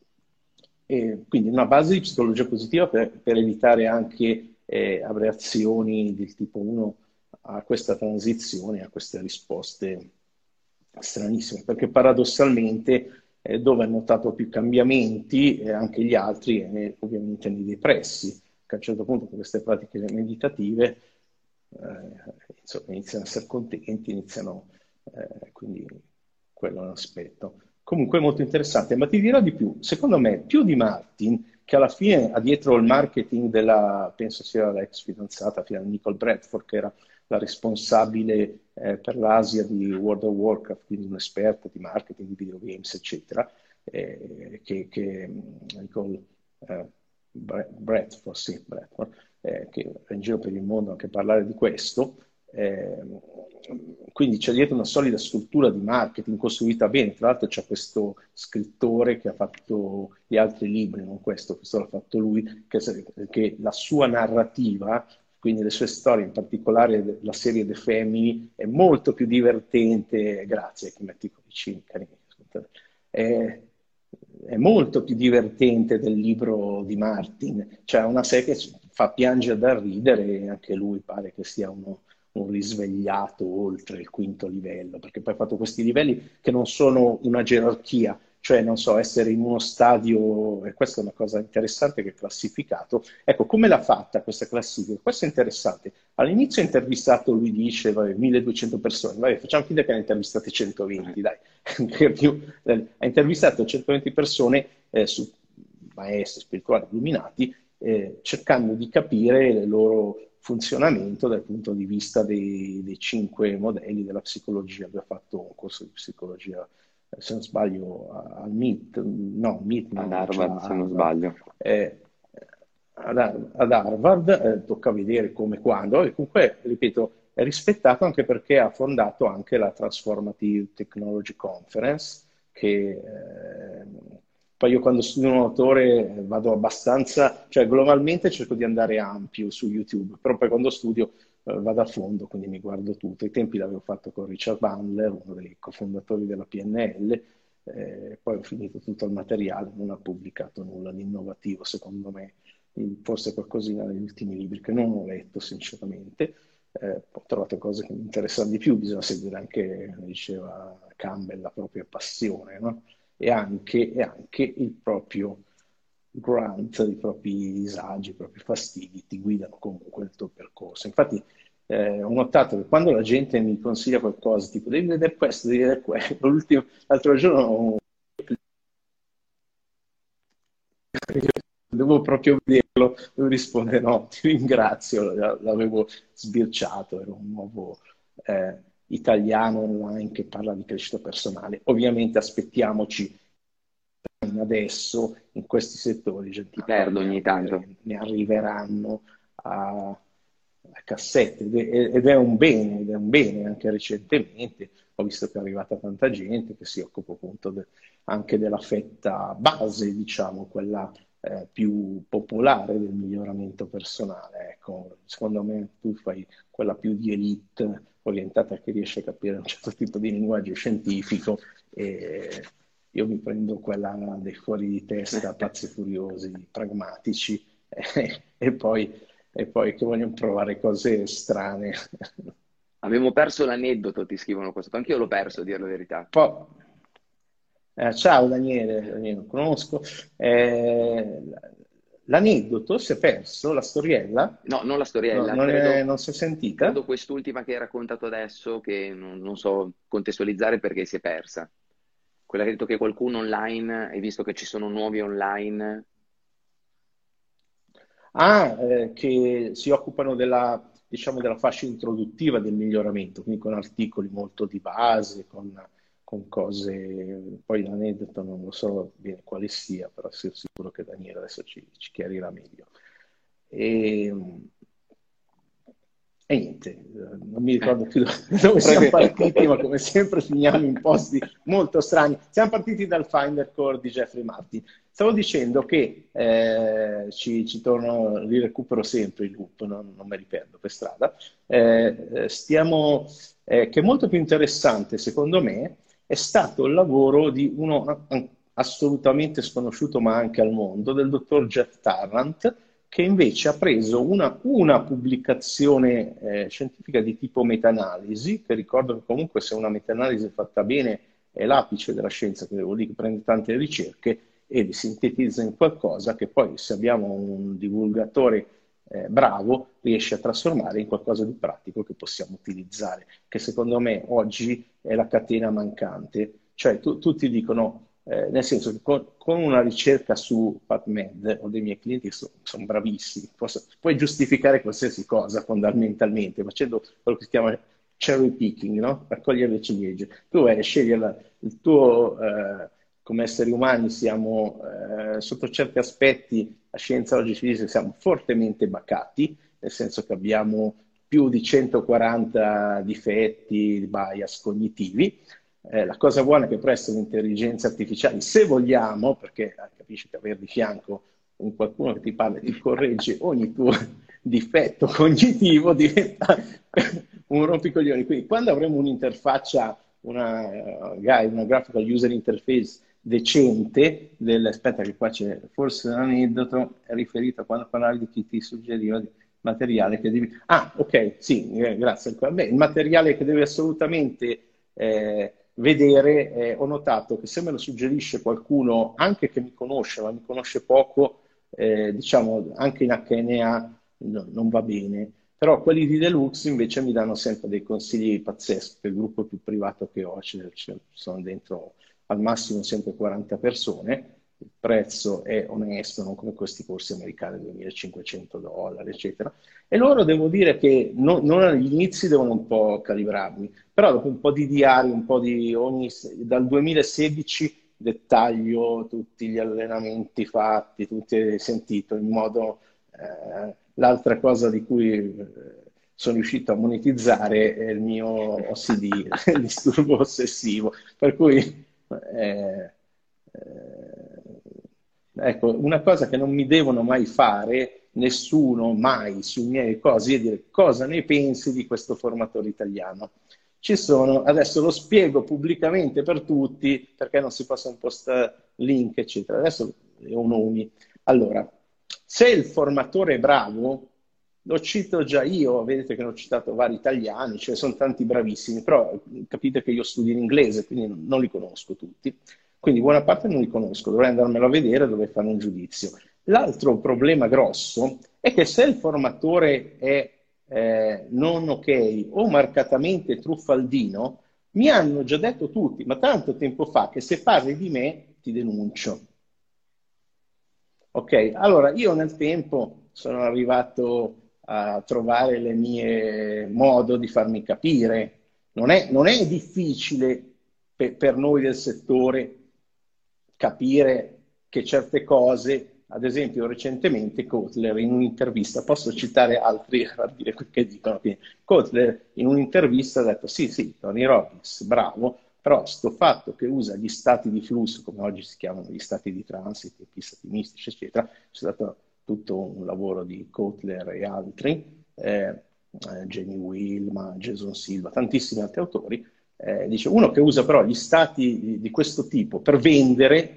e quindi una base di psicologia positiva per, per evitare anche eh, reazioni del tipo uno a questa transizione, a queste risposte stranissime, perché paradossalmente eh, dove hanno notato più cambiamenti eh, anche gli altri, eh, ovviamente nei depressi, che a un certo punto con queste pratiche meditative eh, insomma, iniziano a essere contenti, iniziano, eh, quindi quello è un aspetto. Comunque è molto interessante, ma ti dirò di più, secondo me più di Martin, che alla fine ha dietro il marketing della, penso sia l'ex fidanzata, Nicole Bradford, che era la responsabile eh, per l'Asia di World of Warcraft, quindi un esperto di marketing di videogames, eccetera, eh, che, che Nicole eh, Bradford, sì, Bradford, eh, che è in giro per il mondo anche a parlare di questo. Eh, quindi c'è dietro una solida struttura di marketing costruita bene. Tra l'altro c'è questo scrittore che ha fatto gli altri libri, non questo, questo l'ha fatto lui, che, che la sua narrativa, quindi le sue storie, in particolare la serie The Family, è molto più divertente, grazie, che metti i cuoricini carini, è, è molto più divertente del libro di Martin, cioè una serie che fa piangere da ridere e anche lui pare che sia uno, un risvegliato oltre il quinto livello, perché poi ha fatto questi livelli che non sono una gerarchia, cioè non so, essere in uno stadio, e questa è una cosa interessante che è classificato. Ecco, come l'ha fatta questa classifica? Questo è interessante. All'inizio ha intervistato, lui dice, vabbè, milleduecento persone, vabbè, facciamo finta che ne ha intervistate centoventi, dai, più, eh, ha intervistato centoventi persone eh, su maestri spirituali illuminati, eh, cercando di capire il loro funzionamento dal punto di vista dei, dei cinque modelli della psicologia. Abbiamo fatto un corso di psicologia, eh, se non sbaglio, al MIT, no, MIT Ad no, cioè Harvard, a se non Harvard. sbaglio. Eh, ad, Har- ad Harvard, eh, tocca vedere come e quando, e comunque, ripeto, è rispettato anche perché ha fondato anche la Transformative Technology Conference, che eh, poi io quando studio un autore eh, vado abbastanza, cioè globalmente cerco di andare ampio su YouTube, però poi quando studio eh, vado a fondo, quindi mi guardo tutto. Ai tempi l'avevo fatto con Richard Bandler, uno dei cofondatori della P N L, eh, poi ho finito tutto il materiale, non ha pubblicato nulla di innovativo, secondo me, forse qualcosina negli ultimi libri che non ho letto sinceramente. Eh, ho trovato cose che mi interessano di più, bisogna seguire anche, come diceva Campbell, la propria passione, no? E anche, e anche il proprio grant, i propri disagi, i propri fastidi ti guidano comunque il tuo percorso. Infatti eh, ho notato che quando la gente mi consiglia qualcosa, tipo devi vedere questo, devi vedere quello, l'ultimo, l'altro giorno ho devo proprio vederlo, devo rispondere no, ti ringrazio, l'avevo sbirciato, era un nuovo eh, italiano online che parla di crescita personale. Ovviamente aspettiamoci adesso in questi settori, Ti perdo ne, ogni tanto. ne arriveranno a, a cassette ed è, ed è un bene, ed è un bene anche recentemente. Ho visto che è arrivata tanta gente che si occupa appunto de, anche della fetta base, diciamo, quella eh, più popolare del miglioramento personale. Ecco, secondo me tu fai quella più di elite, orientata che riesce a capire un certo tipo di linguaggio scientifico e io mi prendo quella dei fuori di testa, pazzi furiosi, pragmatici eh, e, poi, e poi che vogliono provare cose strane. Avevo perso l'aneddoto, ti scrivono questo. Anch'io l'ho perso, a dire la verità. Poi, eh, ciao Daniele, Daniele, non conosco. Eh, l'aneddoto si è perso, la storiella? No, non la No, storiella, non, è- credo, non si è credo sentita? quest'ultima che hai raccontato adesso, che non, non so contestualizzare perché si è persa. Quella che ha detto che qualcuno online, hai visto che ci sono nuovi online. Ah, eh, che si occupano della, diciamo, della fascia introduttiva del miglioramento, quindi con articoli molto di base, con, con cose, poi l'aneddoto non lo so bene quale sia, però sono sicuro che Daniele adesso ci, ci chiarirà meglio. E, e niente, eh, non mi ricordo più dove siamo partiti, ma come sempre finiamo in posti molto strani. Siamo partiti dal Finder Core di Jeffrey Martin. Stavo dicendo che eh, ci, ci torno, li recupero sempre in loop, non, non me li perdo per strada. Eh, eh, stiamo, eh, che è molto più interessante, secondo me, è stato il lavoro di uno assolutamente sconosciuto, ma anche al mondo, del dottor Jeff Tarrant, che invece ha preso una, una pubblicazione eh, scientifica di tipo meta-analisi, che ricordo che comunque se una meta-analisi è fatta bene è l'apice della scienza, che vuol dire che prende tante ricerche e li sintetizza in qualcosa che poi, se abbiamo un divulgatore eh, bravo, riesce a trasformare in qualcosa di pratico che possiamo utilizzare, che secondo me oggi è la catena mancante. Cioè tu, tutti dicono, eh, nel senso che con, con una ricerca su PubMed, ho dei miei clienti che sono, sono bravissimi, posso, puoi giustificare qualsiasi cosa fondamentalmente, facendo quello che si chiama cherry picking, no? Raccogliere le ciliegie. Tu vai a scegliere la, il tuo... Eh, come esseri umani siamo, eh, sotto certi aspetti, la scienza oggi ci dice che siamo fortemente bacati, nel senso che abbiamo più di centoquaranta difetti, bias cognitivi. Eh, la cosa buona è che presto le intelligenze artificiali, se vogliamo, perché eh, capisci che avere di fianco un qualcuno che ti parla e ti corregge ogni tuo difetto cognitivo diventa un rompicoglioni. Quindi quando avremo un'interfaccia, una, uh, guide, una graphical user interface decente, del, aspetta che qua c'è forse un aneddoto, è riferito a quando parlavi di chi ti suggeriva di materiale che devi... Ah, ok, sì, eh, grazie. Beh, il materiale che devi assolutamente eh, vedere, eh, ho notato che se me lo suggerisce qualcuno, anche che mi conosce, ma mi conosce poco, eh, diciamo, anche in H N A no, non va bene. Però quelli di Deluxe invece mi danno sempre dei consigli pazzeschi, il gruppo più privato che ho, ci sono dentro al massimo sempre quaranta persone, il prezzo è onesto, non come questi corsi americani, duemilacinquecento dollari, eccetera. E loro devo dire che non, non agli inizi devono un po' calibrarmi, però dopo un po' di diari, un po' di ogni... dal duemilasedici dettaglio tutti gli allenamenti fatti, tutti hai sentito, in modo... Eh, l'altra cosa di cui eh, sono riuscito a monetizzare è il mio O C D, il disturbo ossessivo, per cui eh, eh, ecco, una cosa che non mi devono mai fare, nessuno mai sui miei cosi, è dire cosa ne pensi di questo formatore italiano. Ci sono, adesso lo spiego pubblicamente per tutti, perché non si possono postare link, eccetera. Adesso le ho nomi. Allora, se il formatore è bravo, lo cito già io, vedete che ne ho citato vari italiani, ce ne sono tanti bravissimi, però capite che io studio in inglese, quindi non li conosco tutti. Quindi buona parte non li conosco, dovrei andarmelo a vedere, dovrei fare un giudizio. L'altro problema grosso è che se il formatore è eh, non ok o marcatamente truffaldino, mi hanno già detto tutti, ma tanto tempo fa, che se parli di me ti denuncio. Ok, allora io nel tempo sono arrivato a trovare le mie modo di farmi capire. Non è, non è difficile per, per noi del settore capire che certe cose, ad esempio recentemente Kotler in un'intervista, posso citare altri a dire quel che dicono, quindi, Kotler in un'intervista ha detto sì sì, Tony Robbins, bravo, però sto fatto che usa gli stati di flusso, come oggi si chiamano gli stati di transito, gli stati mistici, eccetera, c'è stato tutto un lavoro di Kotler e altri, eh, eh, Jenny Wilma, Jason Silva, tantissimi altri autori, eh, dice uno che usa però gli stati di, di questo tipo per vendere,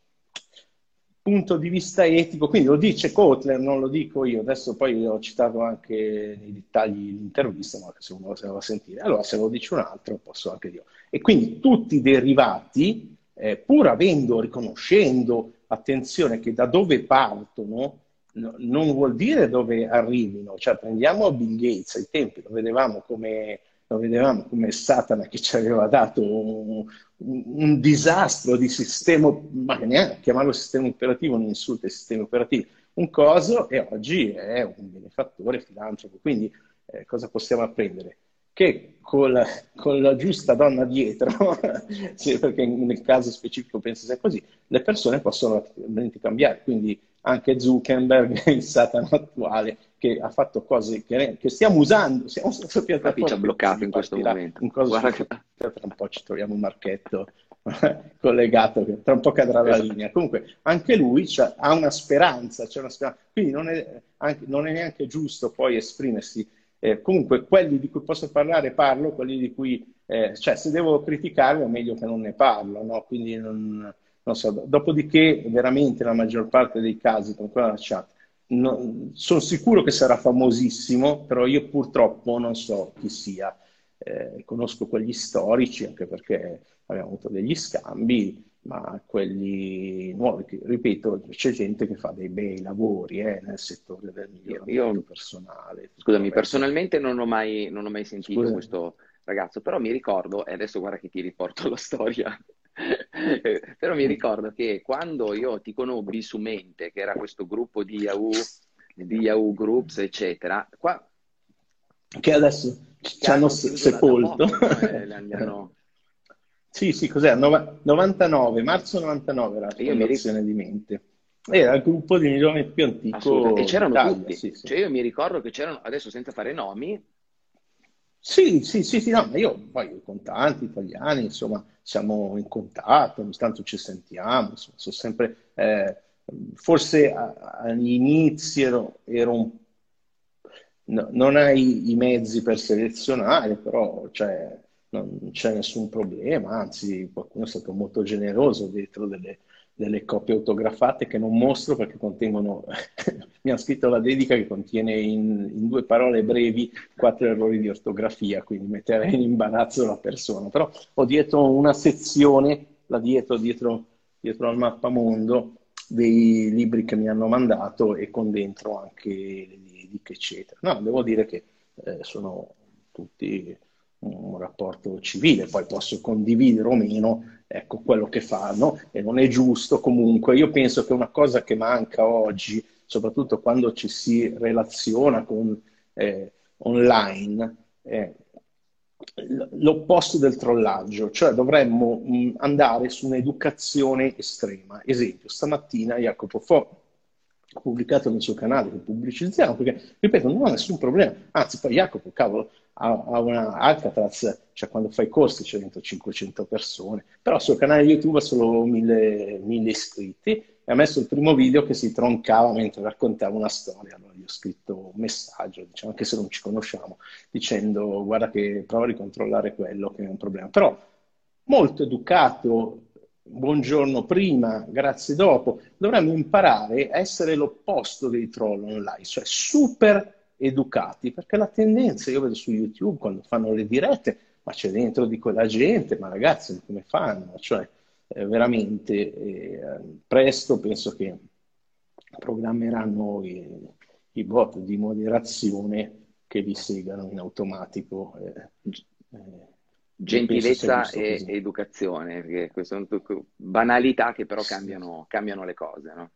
punto di vista etico, quindi lo dice Kotler, non lo dico io, adesso poi ho citato anche nei dettagli l'intervista, ma se uno se lo va a sentire, allora se lo dice un altro posso anche io. E quindi tutti i derivati, eh, pur avendo, riconoscendo, attenzione, che da dove partono, no, non vuol dire dove arrivino, cioè prendiamo Bill Gates, ai tempi lo vedevamo come lo vedevamo come Satana che ci aveva dato un, un, un disastro di sistema, ma neanche chiamarlo sistema operativo, un insulto ai sistemi operativi, un coso, e oggi è un benefattore filantropo. Quindi eh, cosa possiamo apprendere? Che con la, con la giusta donna dietro, sì, perché nel caso specifico penso sia così, le persone possono veramente cambiare. Quindi anche Zuckerberg, il Satana attuale, che ha fatto cose che, che stiamo usando, siamo sulla Infatti ci ha piattaforma bloccato in questo momento. in cosa Guarda che... tra un po' ci troviamo un marchetto collegato che tra un po' cadrà la linea. Comunque anche lui ha una speranza, c'è una speranza. Quindi non è, anche, non è neanche giusto poi esprimersi. Eh, comunque quelli di cui posso parlare parlo, quelli di cui, eh, cioè se devo criticare è meglio che non ne parlo, no? Quindi non, non so. Dopodiché veramente la maggior parte dei casi con quella chat, no, sono sicuro che sarà famosissimo, però io purtroppo non so chi sia. Eh, conosco quelli storici anche perché abbiamo avuto degli scambi, ma quelli nuovi, che, ripeto, c'è gente che fa dei bei lavori eh, nel settore del Io, miglioramento io, personale. Tutto il scusami, resto. personalmente non ho mai, non ho mai sentito Scusa. questo ragazzo, però mi ricordo, e adesso guarda che ti riporto la storia, eh, però mi ricordo che quando io ti conobbi su Mente, che era questo gruppo di Yahoo, di Yahoo Groups, eccetera, qua Che adesso che ci hanno hanno se- chiuso da, da sepolto. poco, no? Eh, li hanno- li hanno- Sì, sì, cos'era? Nova- novantanove, marzo novantanove era la e io mi ricordo. fondazione di Mente. Era il gruppo di miglioramento più Assolutamente, e antico c'erano d'Italia, tutti, sì, sì. cioè io mi ricordo che c'erano, adesso senza fare nomi, Sì, sì, sì, sì, no, ma io poi con tanti italiani, insomma, siamo in contatto, ogni tanto ci sentiamo, insomma, sono sempre, eh, forse a- all'inizio ero, ero un no- non hai i mezzi per selezionare, però cioè, non c'è nessun problema, anzi qualcuno è stato molto generoso dietro delle, delle copie autografate che non mostro perché contengono, mi ha scritto la dedica che contiene in, in due parole brevi quattro errori di ortografia, quindi metterei in imbarazzo la persona, però ho dietro una sezione, là dietro, dietro, dietro al mappamondo, dei libri che mi hanno mandato e con dentro anche le dediche, eccetera. No, devo dire che eh, sono tutti un rapporto civile, poi posso condividere o meno, ecco, quello che fanno e non è giusto comunque. Io penso che una cosa che manca oggi, soprattutto quando ci si relaziona con eh, online, è l'opposto del trollaggio, cioè dovremmo mh, andare su un'educazione estrema. Esempio, stamattina Jacopo Fo ha pubblicato nel suo canale che pubblicizziamo, perché, ripeto, non ha nessun problema. Anzi, poi Jacopo, cavolo, ha, ha una Alcatraz, cioè quando fai i corsi c'è dentro cinquecento persone, però sul canale YouTube ha solo mille, mille iscritti e ha messo il primo video che si troncava mentre raccontava una storia. Allora gli ho scritto un messaggio, diciamo, anche se non ci conosciamo, dicendo guarda che prova a ricontrollare quello che è un problema. Però molto educato, buongiorno prima, grazie dopo. Dovremmo imparare a essere l'opposto dei troll online, cioè super educati, perché la tendenza, io vedo su YouTube quando fanno le dirette, ma c'è dentro di quella gente, ma ragazzi, come fanno? Cioè, eh, veramente, eh, presto penso che programmeranno i, i bot di moderazione che li segano in automatico. Eh, eh, io penso sia Gentilezza giusto e così. educazione, perché queste sono tu- banalità che però cambiano, cambiano le cose, no?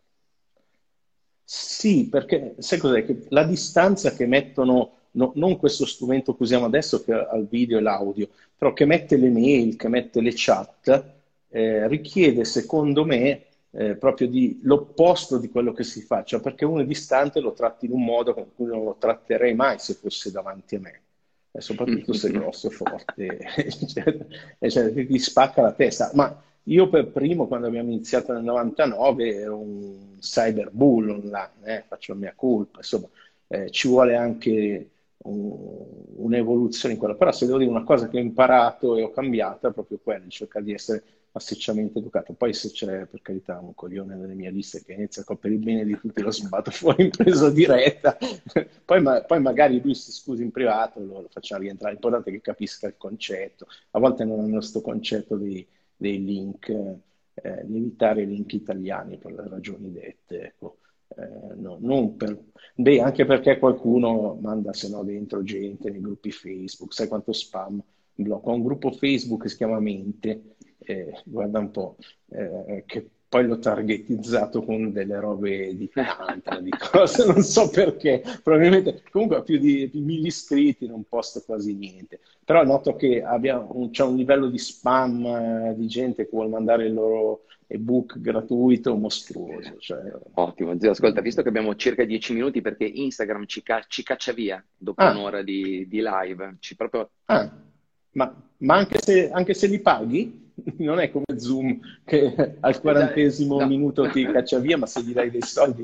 Sì, perché sai cos'è? Che la distanza che mettono, no- non questo strumento che usiamo adesso che ha il video e l'audio, però che mette le mail, che mette le chat, eh, richiede secondo me eh, proprio di, l'opposto di quello che si fa, cioè perché uno è distante lo tratti in un modo con cui non lo tratterei mai se fosse davanti a me, e soprattutto se è grosso e forte, cioè, e cioè, ti spacca la testa. Ma io per primo, quando abbiamo iniziato nel novantanove, ero un cyberbull online, eh, faccio la mia colpa, insomma, eh, ci vuole anche un- un'evoluzione in quello. Però se devo dire una cosa che ho imparato e ho cambiato è proprio quella, di cercare di essere massicciamente educato. Poi se c'è, per carità, un coglione nelle mie liste che inizia a per il bene di tutti, lo sbatto fuori in presa diretta, poi, ma- poi magari lui si scusi in privato, lo, lo facciamo rientrare. L'importante è che capisca il concetto. A volte non hanno questo concetto dei, dei link, eh, di evitare i link italiani per le ragioni dette, ecco. Eh, no, non per, beh, anche perché qualcuno manda se no dentro gente nei gruppi Facebook, sai quanto spam blocca un gruppo Facebook che si chiama Mente, eh, guarda un po', eh, che poi l'ho targetizzato con delle robe di tantra, di cose, non so perché, probabilmente comunque ha più di, di mille iscritti, non posto quasi niente, però noto che abbia un, c'è un livello di spam, eh, di gente che vuole mandare il loro ebook gratuito mostruoso, cioè, Ottimo, zio. Ascolta, visto mm. che abbiamo circa dieci minuti perché Instagram ci, ca- ci caccia via dopo Ah, un'ora di, di live, ci proprio... ah, ma, ma anche se, anche se li paghi? Non è come Zoom che al Esatto, quarantesimo no. minuto ti caccia via, ma se gli dai dei soldi...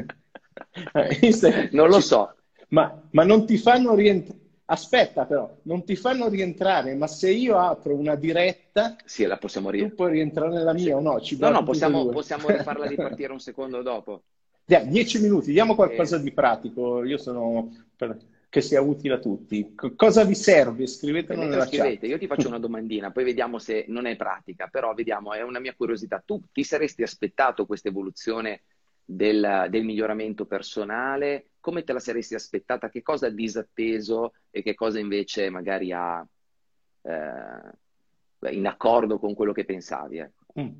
Eh, Instagram Non lo ci- so. Ma, ma non ti fanno rientrare... Aspetta però, non ti fanno rientrare, ma se io apro una diretta, Sì, la possiamo tu ri... puoi rientrare nella sì. mia o no? Ci No, no, blocchi tutte e possiamo, due. possiamo rifarla ripartire un secondo dopo. Dai, dieci minuti, diamo Eh, qualcosa di pratico. Io sono per- che sia utile a tutti. C- cosa vi serve? Beh, Scrivetelo mentre nella scrivete, chat. io ti faccio una domandina, poi vediamo se non è pratica, però vediamo, è una mia curiosità. Tu ti saresti aspettato questa evoluzione del, del miglioramento personale? Come te la saresti aspettata? Che cosa ha disatteso e che cosa invece magari ha eh, in accordo con quello che pensavi? Ecco. Mm.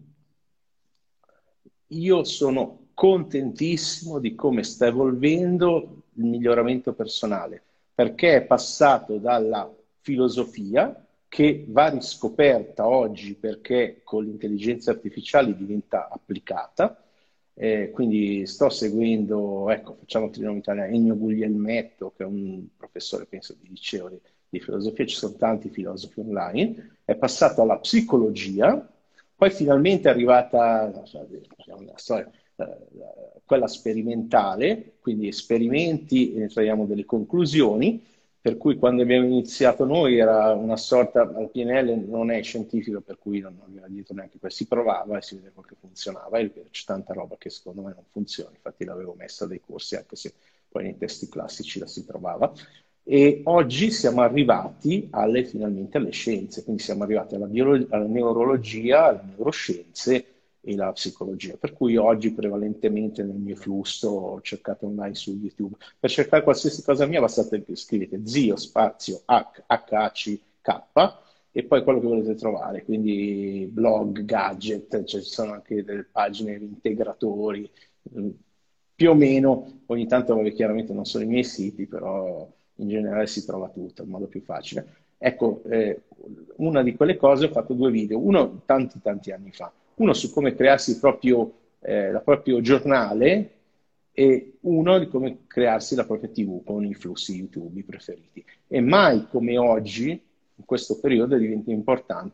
Io sono contentissimo di come sta evolvendo il miglioramento personale, perché è passato dalla filosofia che va riscoperta oggi perché con l'intelligenza artificiale diventa applicata. Eh, quindi sto seguendo, ecco, facciamo il nome italiano, Ennio Guglielmetto, che è un professore, penso, di liceo di, di filosofia, ci sono tanti filosofi online, è passato alla psicologia, poi finalmente è arrivata, non so, la storia, eh, quella sperimentale, quindi esperimenti e ne traiamo delle conclusioni, per cui quando abbiamo iniziato noi era una sorta, al P N L non è scientifico, per cui non aveva dietro neanche questo, si provava e si vedeva che funzionava, e c'è tanta roba che secondo me non funziona, infatti l'avevo messa dei corsi anche se poi nei testi classici la si trovava. E oggi siamo arrivati alle, finalmente alle scienze, quindi siamo arrivati alla, biolo- alla neurologia, alle neuroscienze e alla psicologia. Per cui oggi prevalentemente nel mio flusso ho cercato online su YouTube. Per cercare qualsiasi cosa mia basta che scrivete zio spazio H, H A C K e poi quello che volete trovare, quindi blog, gadget, cioè ci sono anche delle pagine di integratori, più o meno, ogni tanto vabbè, chiaramente non sono i miei siti, però in generale si trova tutto, è il modo più facile. Ecco, eh, una di quelle cose ho fatto due video, uno tanti tanti anni fa, uno su come crearsi il proprio, eh, il proprio giornale e uno di come crearsi la propria T V con i flussi YouTube preferiti. E mai come oggi, in questo periodo, diventa importante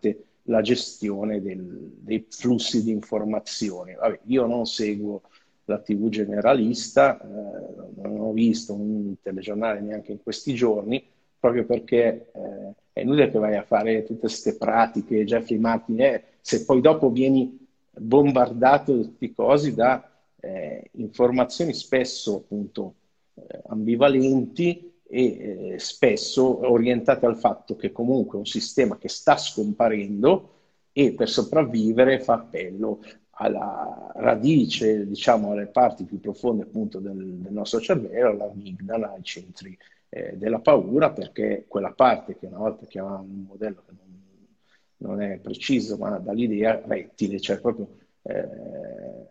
la gestione del- dei flussi di informazioni. Vabbè, io non seguo la T V generalista, eh, non ho visto un telegiornale neanche in questi giorni, proprio perché eh, è inutile che vai a fare tutte queste pratiche, Jeffrey Martin, eh, se poi dopo vieni bombardato di tutti i cosi da eh, informazioni spesso appunto eh, ambivalenti e eh, spesso orientate al fatto che comunque è un sistema che sta scomparendo e per sopravvivere fa appello alla radice, diciamo, alle parti più profonde appunto del, del nostro cervello, all'amigdala, ai centri eh, della paura, perché quella parte che una volta chiamavamo un modello che non, non è preciso, ma dà l'idea rettile, cioè proprio eh,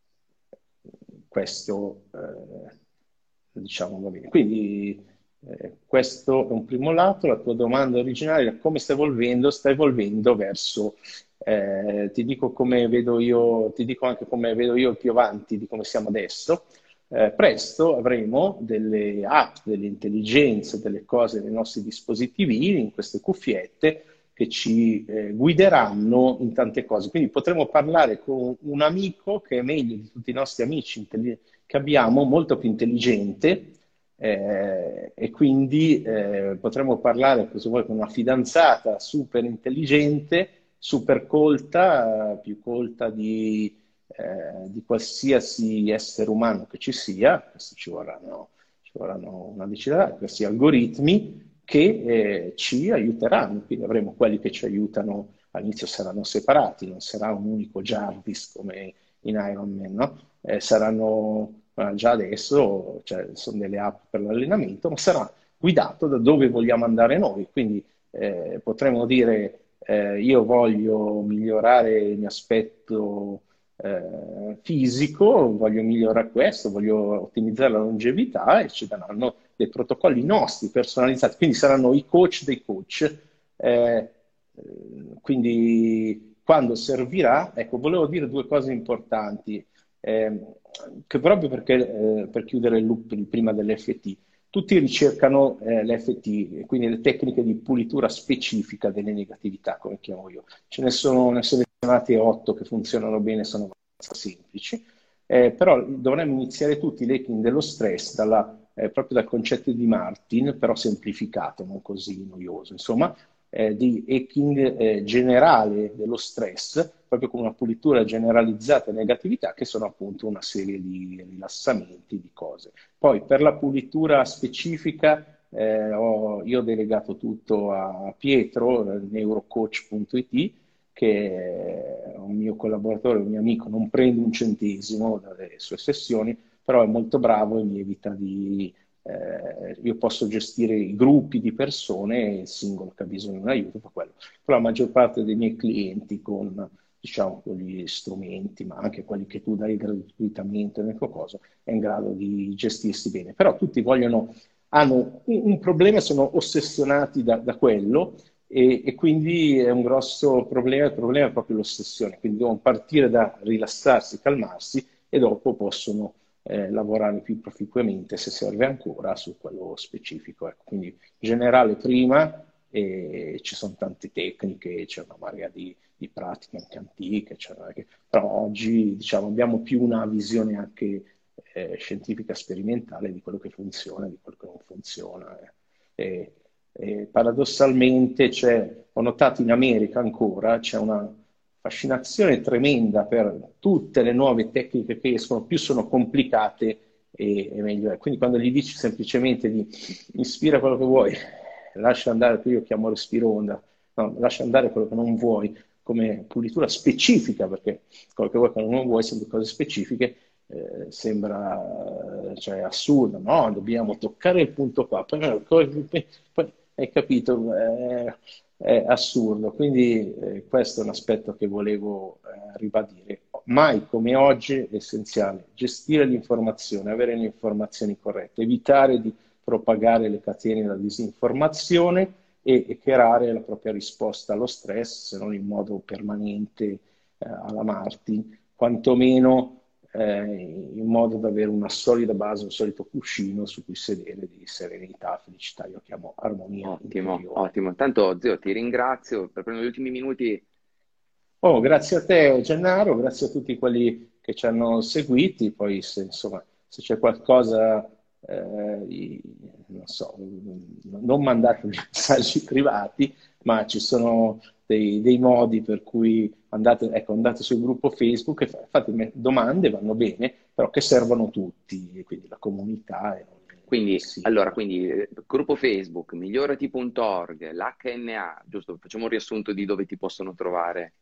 questo, eh, diciamo, va bene. Quindi eh, questo è un primo lato. La tua domanda originale è come sta evolvendo? Sta evolvendo verso, eh, ti dico come vedo io, ti dico anche come vedo io più avanti di come siamo adesso. Eh, presto avremo delle app, delle intelligenze, delle cose nei nostri dispositivi, in queste cuffiette, che ci eh, guideranno in tante cose. Quindi potremo parlare con un amico che è meglio di tutti i nostri amici intelli- che abbiamo, molto più intelligente, eh, e quindi eh, potremo parlare, se vuoi, con una fidanzata super intelligente, super colta, eh, più colta di, eh, di qualsiasi essere umano che ci sia. Questo ci vorranno, ci vorranno una decina, questi algoritmi che eh, ci aiuteranno, quindi avremo quelli che ci aiutano, all'inizio saranno separati, non sarà un unico Jarvis come in Iron Man, no? Eh, saranno eh, già adesso, cioè, sono delle app per l'allenamento, ma sarà guidato da dove vogliamo andare noi, quindi eh, potremo dire eh, io voglio migliorare il mio aspetto eh, fisico, voglio migliorare questo, voglio ottimizzare la longevità e ci daranno dei protocolli nostri personalizzati, quindi saranno i coach dei coach. Eh, quindi quando servirà, ecco, volevo dire due cose importanti, eh, che proprio perché, eh, per chiudere il loop prima dell'F T, tutti ricercano eh, l'F T, quindi le tecniche di pulitura specifica delle negatività, come chiamo io. Ce ne sono, ne ho selezionate otto che funzionano bene, sono abbastanza semplici, eh, però dovremmo iniziare tutti l'hacking dello stress dalla, eh, proprio dal concetto di Martin, però semplificato, non così noioso, insomma, eh, di hacking eh, generale dello stress, proprio con una pulitura generalizzata e negatività, che sono appunto una serie di rilassamenti, di cose. Poi per la pulitura specifica eh, ho, io ho delegato tutto a Pietro, neurocoach punto it, che è un mio collaboratore, un mio amico, non prende un centesimo dalle sue sessioni, però è molto bravo e mi evita di... Eh, io posso gestire i gruppi di persone e il singolo che ha bisogno di un aiuto per quello. Però la maggior parte dei miei clienti con, diciamo, con gli strumenti, ma anche quelli che tu dai gratuitamente nel tuo coso, è in grado di gestirsi bene. Però tutti vogliono, hanno un, un problema, sono ossessionati da, da quello e, e quindi è un grosso problema. Il problema è proprio l'ossessione, quindi devono partire da rilassarsi, calmarsi e dopo possono eh, lavorare più proficuamente, se serve ancora, su quello specifico. Ecco, quindi generale prima, e ci sono tante tecniche, c'è una marea di, di pratiche anche antiche, cioè, però oggi diciamo, abbiamo più una visione anche eh, scientifica sperimentale di quello che funziona e di quello che non funziona. Eh. E, e paradossalmente c'è, ho notato in America ancora, c'è una fascinazione tremenda per tutte le nuove tecniche che escono, più sono complicate e, e meglio è. Quindi quando gli dici semplicemente di ispira quello che vuoi, lascia andare, qui io chiamo respiro onda, no, lascia andare quello che non vuoi, come pulitura specifica, perché quello che vuoi che non vuoi sono cose specifiche, eh, sembra cioè, assurdo, no? Dobbiamo toccare il punto qua, poi, poi, poi hai capito, eh, è assurdo. Quindi eh, questo è un aspetto che volevo eh, ribadire. Mai come oggi è essenziale gestire l'informazione, avere le informazioni corrette, evitare di propagare le catene della disinformazione e, e creare la propria risposta allo stress, se non in modo permanente eh, alla Martin, quantomeno eh, in modo da avere una solida base, un solito cuscino su cui sedere di serenità, felicità, io chiamo armonia Ottimo, interiore. ottimo. Tanto, zio, ti ringrazio per prendere gli ultimi minuti. Oh, grazie a te Gennaro, grazie a tutti quelli che ci hanno seguiti, poi se, insomma, se c'è qualcosa, eh, i- non so, non mandate messaggi privati, ma ci sono dei, dei modi per cui andate, ecco, andate sul gruppo Facebook e fa- fate me- domande, vanno bene, però che servono tutti, e quindi la comunità e non il Quindi, allora, singolo. quindi eh, gruppo Facebook, migliorati punto org, l'H N A, giusto? Facciamo un riassunto di dove ti possono trovare.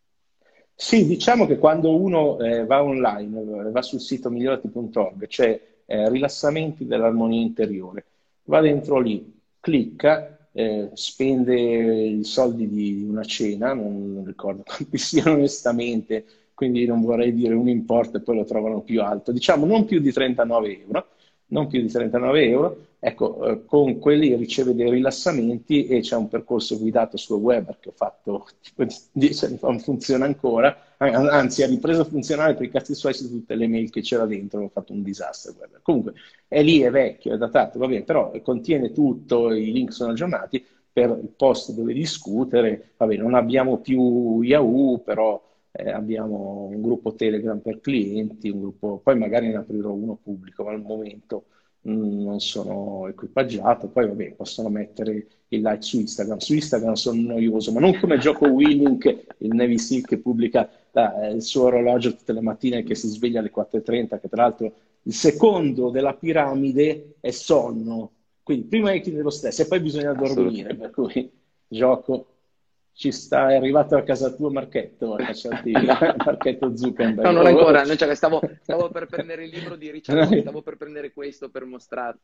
Sì, diciamo che quando uno eh, va online, eh, va sul sito migliorati punto org, c'è eh, rilassamenti dell'armonia interiore, va dentro lì, clicca, eh, spende i soldi di una cena, non, non ricordo quanti siano onestamente, quindi non vorrei dire un importo e poi lo trovano più alto, diciamo non più di trentanove euro, non più di trentanove euro, ecco, eh, con quelli riceve dei rilassamenti e c'è un percorso guidato sul web che ho fatto tipo dieci anni fa, non funziona ancora, an- anzi ha ripreso a funzionare per i cazzi suoi su tutte le mail che c'era dentro, ho fatto un disastro. il web. Comunque è lì, è vecchio, è datato, va bene, però contiene tutto, i link sono aggiornati per il post dove discutere, va bene, non abbiamo più Yahoo, però eh, abbiamo un gruppo Telegram per clienti, un gruppo, poi magari ne aprirò uno pubblico, ma al momento mh, non sono equipaggiato. Poi vabbè, possono mettere il like su Instagram. Su Instagram sono noioso, ma non come gioco Winning, il Navy Seal che pubblica la- il suo orologio tutte le mattine che si sveglia alle quattro e trenta, che tra l'altro il secondo della piramide è sonno. Quindi prima hai lo stesso e poi bisogna dormire, Assolutamente. per cui gioco ci sta, è arrivato a casa tua Marchetto a cacciarti via, Marchetto No, Zuckerberg. non Oh, ancora, oh. non c'è- stavo, stavo per prendere il libro di Richard, Wa- stavo per prendere questo per mostrare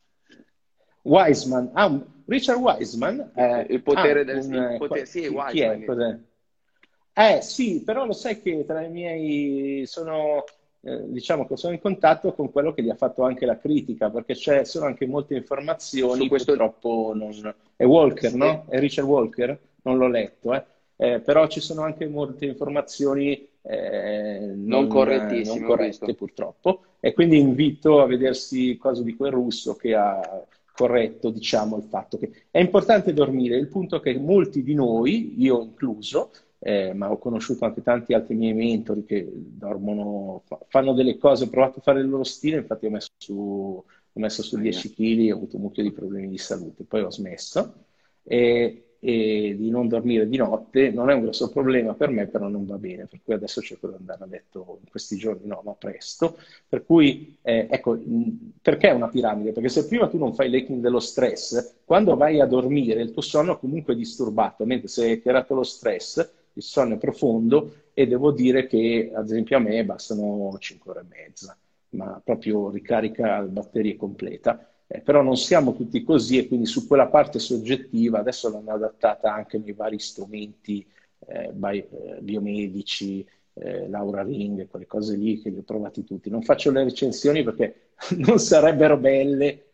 Wiseman, ah, un- Richard Wiseman, eh, il ah, potere del... un, Il eh, potere, qua- sì, chi, chi è? Wiseman. Cos'è? Eh sì, però lo sai che tra i miei sono, eh, diciamo che sono in contatto con quello che gli ha fatto anche la critica, perché c'è, sono anche molte Su informazioni, questo... purtroppo non... È Walker, Sì, no? È Richard Walker? Non l'ho letto, eh. Eh, però ci sono anche molte informazioni eh, non non, eh, non correttissime, ho corrette, visto. purtroppo, e quindi invito a vedersi il caso di quel russo che ha corretto, diciamo, il fatto che è importante dormire. Il punto è che molti di noi, io incluso, eh, ma ho conosciuto anche tanti altri miei mentori che dormono, fa- fanno delle cose, ho provato a fare il loro stile, infatti ho messo su, ho messo su Ahia. dieci chili, ho avuto un mucchio di problemi di salute, poi ho smesso. E, e di non dormire di notte non è un grosso problema per me, però non va bene, per cui adesso cerco di andare a letto in questi giorni, no, ma presto. Per cui, eh, ecco, mh, perché è una piramide? Perché se prima tu non fai l'hacking dello stress, quando vai a dormire il tuo sonno è comunque disturbato, mentre se hai tirato lo stress, il sonno è profondo e devo dire che, ad esempio, a me bastano cinque ore e mezza, ma proprio ricarica le batterie completa. Eh, però non siamo tutti così e quindi su quella parte soggettiva adesso l'hanno adattata anche nei vari strumenti eh, bi- eh, biomedici, eh, Laura Ring, quelle cose lì che li ho provati tutti. Non faccio le recensioni perché non sarebbero belle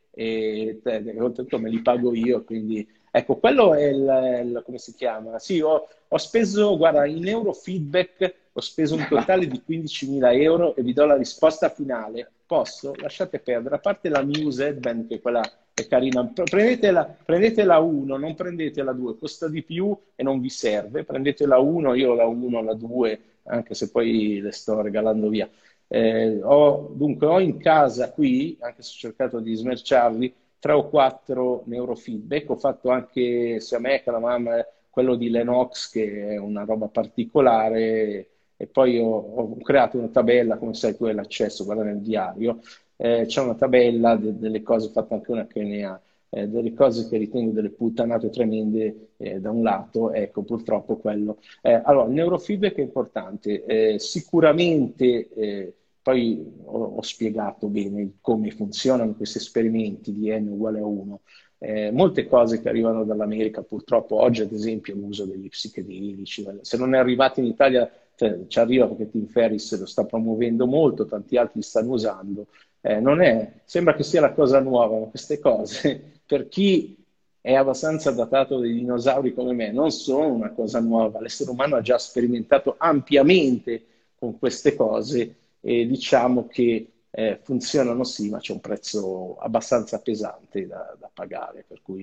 e te- oltretutto me li pago io, quindi ecco, quello è il, il- come si chiama? Sì, ho, ho speso, guarda, in neurofeedback ho speso un totale di quindicimila euro e vi do la risposta finale. Posso? Lasciate perdere. A parte la Muse Headband, che quella è carina, prendetela, prendete la uno, non prendete la due, costa di più e non vi serve. Prendete la uno, io ho la uno, la due, anche se poi le sto regalando via. Eh, ho, dunque, ho in casa qui, anche se ho cercato di smerciarli, tre o quattro neurofeedback. Ho fatto anche sia a me che alla mamma quello di Lennox, che è una roba particolare, e poi ho, ho creato una tabella, come sai tu hai l'accesso, guarda nel diario, eh, c'è una tabella de- delle cose, ho fatto anche una che ne ha, eh, delle cose che ritengo delle puttanate tremende eh, da un lato, ecco purtroppo quello. Eh, allora, il neurofeedback è importante, eh, sicuramente eh, poi ho, ho spiegato bene come funzionano questi esperimenti di n uguale a uno. Eh, molte cose che arrivano dall'America, purtroppo oggi ad esempio l'uso degli psichedelici, se non è arrivato in Italia cioè, ci arriva perché Tim Ferriss lo sta promuovendo molto, tanti altri stanno usando. Eh, non è, sembra che sia la cosa nuova, ma queste cose per chi è abbastanza datato dei dinosauri come me non sono una cosa nuova. L'essere umano ha già sperimentato ampiamente con queste cose e diciamo che eh, funzionano sì, ma c'è un prezzo abbastanza pesante da, da pagare, per cui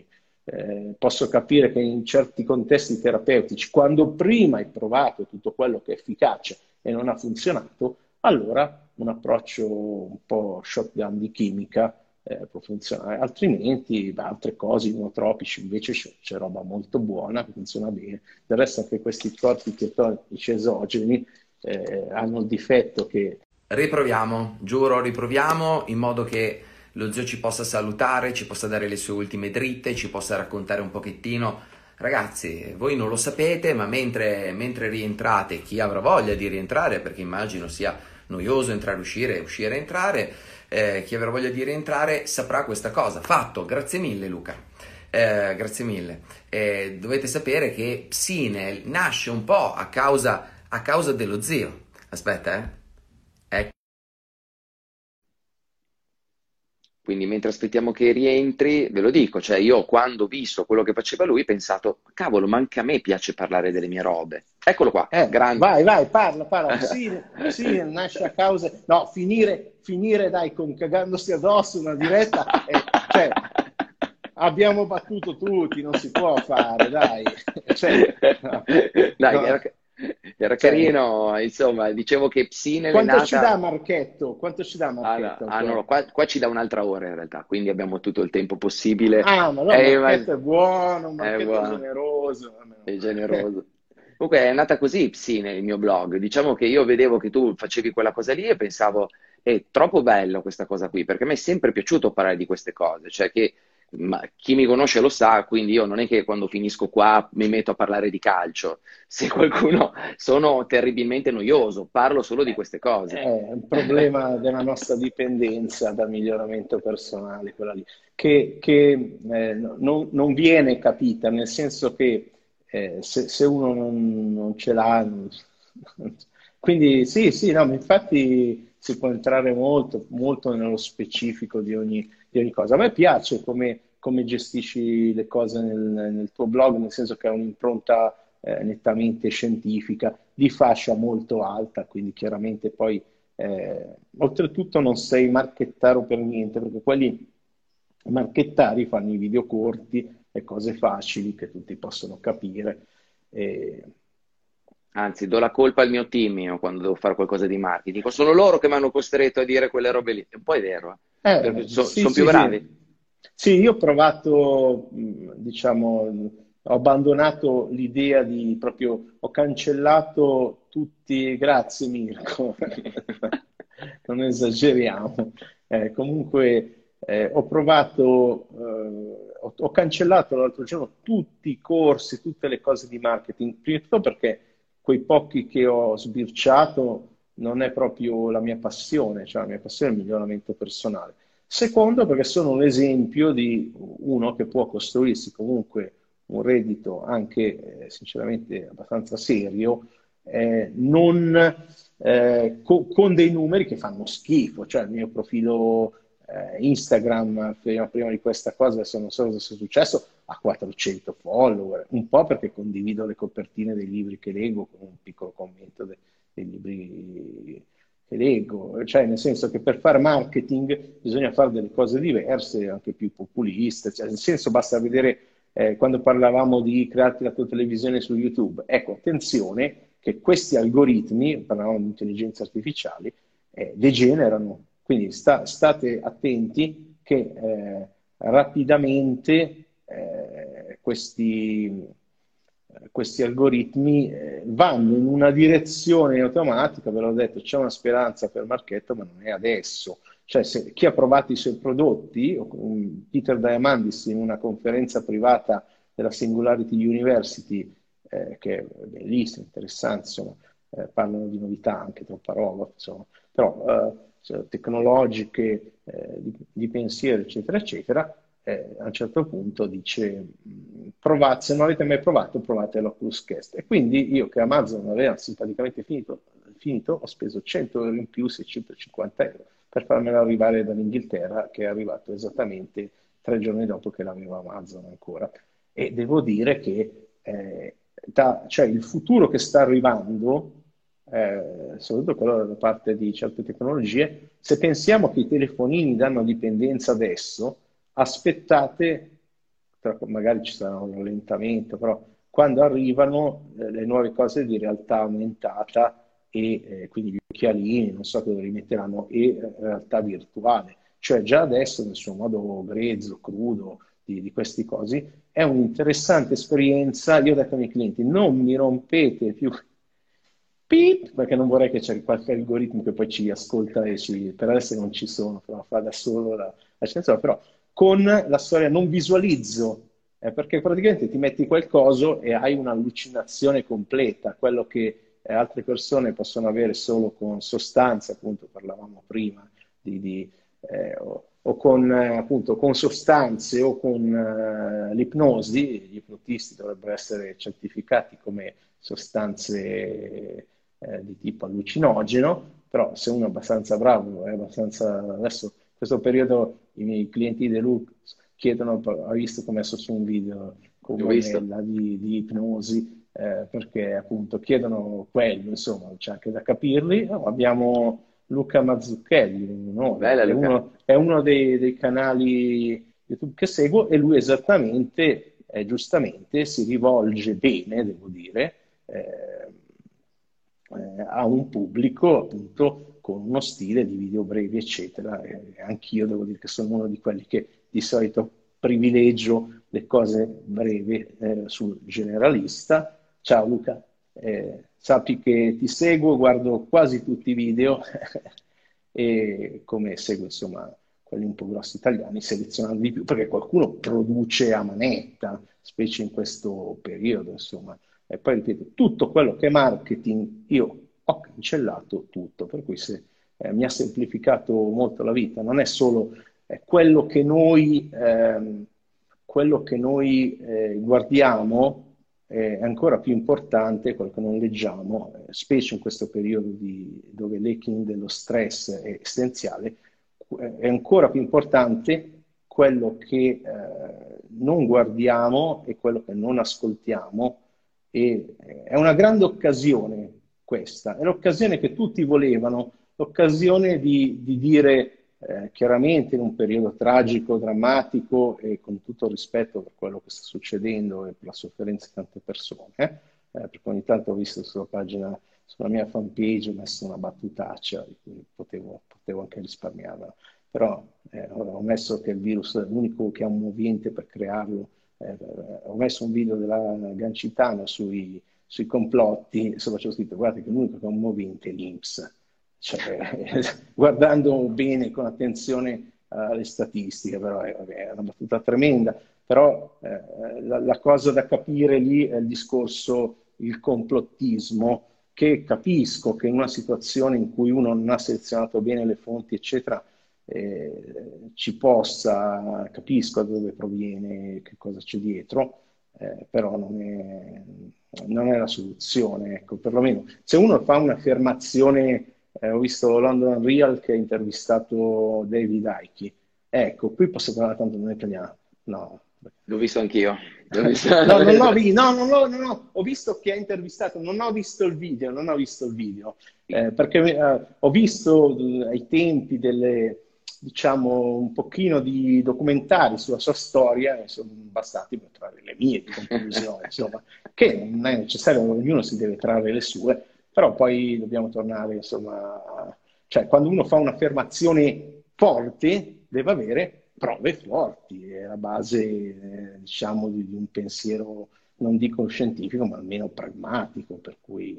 eh, posso capire che in certi contesti terapeutici, quando prima hai provato tutto quello che è efficace e non ha funzionato, allora un approccio un po' shotgun di chimica eh, può funzionare, altrimenti beh, altre cose, i nootropici invece c'è, c'è roba molto buona che funziona bene. Del resto anche questi corpi ketonici esogeni eh, hanno il difetto che... Riproviamo, giuro, riproviamo in modo che lo zio ci possa salutare, ci possa dare le sue ultime dritte, ci possa raccontare un pochettino. Ragazzi, voi non lo sapete, ma mentre, mentre rientrate, chi avrà voglia di rientrare, perché immagino sia noioso entrare, uscire, uscire, entrare, eh, chi avrà voglia di rientrare saprà questa cosa. Fatto, grazie mille Luca, eh, grazie mille. Eh, dovete sapere che Psine nasce un po' a causa, a causa dello zio. Aspetta, eh. Ecco. Quindi mentre aspettiamo che rientri, ve lo dico, cioè io quando ho visto quello che faceva lui, ho pensato, cavolo, ma anche a me piace parlare delle mie robe. Eccolo qua, Eh, grande. vai, vai, parla, parla. Sì, sì, nasce a causa... No, finire, finire dai, con cagandosi addosso una diretta, eh, cioè, abbiamo battuto tutti, non si può fare, dai. Cioè, no, Dai, no. era, era Cioè, carino, insomma, dicevo che Psine è quanto ci dà nata... Marchetto? Quanto ci dà Ah, no, Marchetto ah, no, ancora? no, qua, qua ci dà un'altra ora in realtà, quindi abbiamo tutto il tempo possibile. Ah, ma no, Eh, ma- Marchetto è buono, è Marchetto è buono, generoso. meno è male. generoso. Comunque è nata così Psine, il mio blog. Diciamo che io vedevo che tu facevi quella cosa lì e pensavo, è troppo bello questa cosa qui, perché a me è sempre piaciuto parlare di queste cose, cioè che ma chi mi conosce lo sa, quindi io non è che quando finisco qua mi metto a parlare di calcio. Se qualcuno sono terribilmente noioso, parlo solo di queste cose. È un problema della nostra dipendenza dal miglioramento personale, quella lì, che, che, eh, non, non viene capita, nel senso che eh, se, se uno non, non ce l'ha... non- Quindi sì, sì, no, ma infatti si può entrare molto, molto nello specifico di ogni, di ogni cosa. A me piace come, come gestisci le cose nel, nel tuo blog, nel senso che ha un'impronta eh, nettamente scientifica, di fascia molto alta, quindi chiaramente poi eh, oltretutto non sei marchettaro per niente, perché quelli marchettari fanno i video corti e cose facili che tutti possono capire. E... Anzi, do la colpa al mio team io quando devo fare qualcosa di marketing. Dico, sono loro che mi hanno costretto a dire quelle robe lì. E poi è vero, eh. Eh, Perché so- sì, sono più sì, sì. bravi. Sì, io ho provato, mh, diciamo, ho abbandonato l'idea di proprio, ho cancellato tutti, grazie Mirko, non esageriamo. Eh, comunque eh, ho provato, eh, ho, ho cancellato l'altro giorno tutti i corsi, tutte le cose di marketing, prima di tutto perché quei pochi che ho sbirciato non è proprio la mia passione, cioè la mia passione è il miglioramento personale. Secondo, perché sono l'esempio di uno che può costruirsi comunque un reddito anche eh, sinceramente abbastanza serio, eh, non, eh, co- con dei numeri che fanno schifo. Cioè il mio profilo eh, Instagram prima, prima di questa cosa, adesso non so cosa sia successo, ha quattrocento follower, un po' perché condivido le copertine dei libri che leggo con un piccolo commento de- dei libri che leggo, cioè nel senso che per fare marketing bisogna fare delle cose diverse, anche più populiste, cioè, nel senso basta vedere eh, quando parlavamo di crearti la tua televisione su YouTube, ecco, attenzione che questi algoritmi, parlavamo di intelligenza artificiale, eh, degenerano, quindi sta- state attenti che eh, rapidamente eh, questi questi algoritmi eh, vanno in una direzione automatica, ve l'ho detto, c'è una speranza per Marchetto, ma non è adesso. Cioè, se, chi ha provato i suoi prodotti, o, um, Peter Diamandis in una conferenza privata della Singularity University, eh, che è bellissima, interessante, insomma, eh, parlano di novità, anche troppa roba, insomma, però eh, cioè, tecnologiche, eh, di, di pensiero, eccetera, eccetera, eh, a un certo punto dice provate, se non avete mai provato, provate l'Oculus Quest. E quindi io che Amazon aveva simpaticamente finito, finito ho speso cento euro in più, seicentocinquanta euro, per farmelo arrivare dall'Inghilterra, che è arrivato esattamente tre giorni dopo che l'aveva Amazon ancora. E devo dire che eh, da, cioè, il futuro che sta arrivando, eh, soprattutto quello da parte di certe tecnologie, se pensiamo che i telefonini danno dipendenza adesso, aspettate tra- magari ci sarà un rallentamento, però quando arrivano eh, le nuove cose di realtà aumentata e eh, quindi gli occhialini, non so dove li metteranno, e eh, realtà virtuale. Cioè già adesso nel suo modo grezzo, crudo, di, di queste cose, è un'interessante esperienza. Io ho detto ai miei clienti, non mi rompete più Pip, perché non vorrei che c'è qualche algoritmo che poi ci ascolta e ci, per adesso non ci sono, però fa da solo la, la sceneggiatura, però con la storia non visualizzo, eh, perché praticamente ti metti qualcosa e hai un'allucinazione completa, quello che eh, altre persone possono avere solo con sostanze, appunto parlavamo prima, di, di, eh, o, o con, eh, appunto, con sostanze o con eh, l'ipnosi. Gli ipnotisti dovrebbero essere certificati come sostanze eh, di tipo allucinogeno, però se uno è abbastanza bravo, è abbastanza... Adesso, in questo periodo, i miei clienti Deluxe chiedono, hai visto che ho messo su un video con Ho visto. Monella di, di ipnosi, eh, perché appunto chiedono quello, insomma, c'è anche da capirli. No, abbiamo Luca Mazzucchelli, no? Bella È Luca. uno, è uno dei, dei canali YouTube che seguo e lui esattamente, eh, giustamente, si rivolge bene, devo dire, eh, eh, a un pubblico appunto con uno stile di video brevi, eccetera. E anch'io devo dire che sono uno di quelli che di solito privilegio le cose brevi eh, sul generalista. Ciao Luca, eh, sappi che ti seguo, guardo quasi tutti i video e come seguo insomma quelli un po' grossi italiani, selezionando di più, perché qualcuno produce a manetta, specie in questo periodo, insomma. E poi ripeto, tutto quello che è marketing, io ho cancellato tutto, per cui se, eh, mi ha semplificato molto la vita. Non è solo eh, quello che noi, ehm, quello che noi eh, guardiamo, eh, è ancora più importante quello che non leggiamo, eh, specie in questo periodo di, dove l'hacking dello stress è essenziale, eh, è ancora più importante quello che eh, non guardiamo e quello che non ascoltiamo. E eh, è una grande occasione questa, è l'occasione che tutti volevano, l'occasione di, di dire eh, chiaramente in un periodo tragico, drammatico e con tutto il rispetto per quello che sta succedendo e per la sofferenza di tante persone, eh, eh, perché ogni tanto ho visto sulla pagina, sulla mia fanpage, ho messo una battutaccia di cui potevo, potevo anche risparmiarla, però eh, ho messo che il virus è l'unico che ha un movente per crearlo. Eh, ho messo un video della Gancitano sui, sui complotti, sopra c'è scritto, guardate che l'unico che ha un movente è l'I N P S. Cioè, guardando bene, con attenzione alle statistiche, però è, è una battuta tremenda. Però eh, la, la cosa da capire lì è il discorso, il complottismo, che capisco che in una situazione in cui uno non ha selezionato bene le fonti, eccetera, eh, ci possa, capisco da dove proviene, che cosa c'è dietro, eh, però non è, non è la soluzione, ecco, perlomeno se uno fa un'affermazione, eh, ho visto London Real che ha intervistato David Icke, ecco, qui posso parlare tanto in italiano, no. L'ho visto anch'io. L'ho visto... No, non l'ho visto, no, non l'ho, no, no, ho visto che ha intervistato, non ho visto il video, non ho visto il video, eh, perché eh, ho visto eh, ai tempi delle, diciamo, un pochino di documentari sulla sua storia, e sono bastati per trarre le mie conclusioni, insomma, che non è necessario, ognuno si deve trarre le sue, però poi dobbiamo tornare, insomma, a- cioè quando uno fa un'affermazione forte deve avere prove forti, è la base, eh, diciamo, di, di un pensiero, non dico scientifico, ma almeno pragmatico, per cui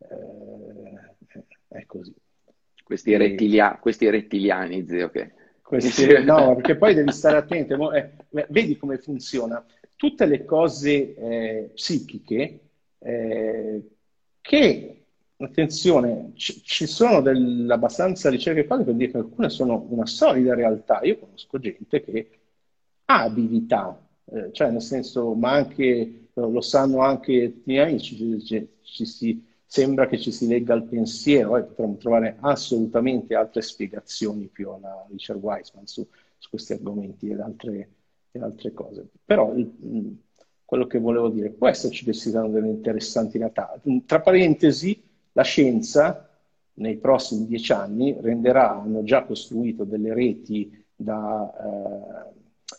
eh, è così. Questi, E rettilia... Questi rettiliani, zio, che... questi, no, perché poi devi stare attento, mo- eh, vedi come funziona. Tutte le cose eh, psichiche eh, che, attenzione, ci, ci sono del- abbastanza ricerche fatte per dire che alcune sono una solida realtà. Io conosco gente che ha abilità, eh, cioè nel senso, ma anche, lo lo sanno anche tutti gli amici, ci, ci- ci si, sembra che ci si legga al pensiero, e potremmo trovare assolutamente altre spiegazioni più alla Richard Wiseman su, su questi argomenti ed altre, ed altre cose. Però il- mh, quello che volevo dire, può esserci che si danno delle interessanti realtà. Tra parentesi, la scienza nei prossimi dieci anni renderà, hanno già costruito delle reti da, eh,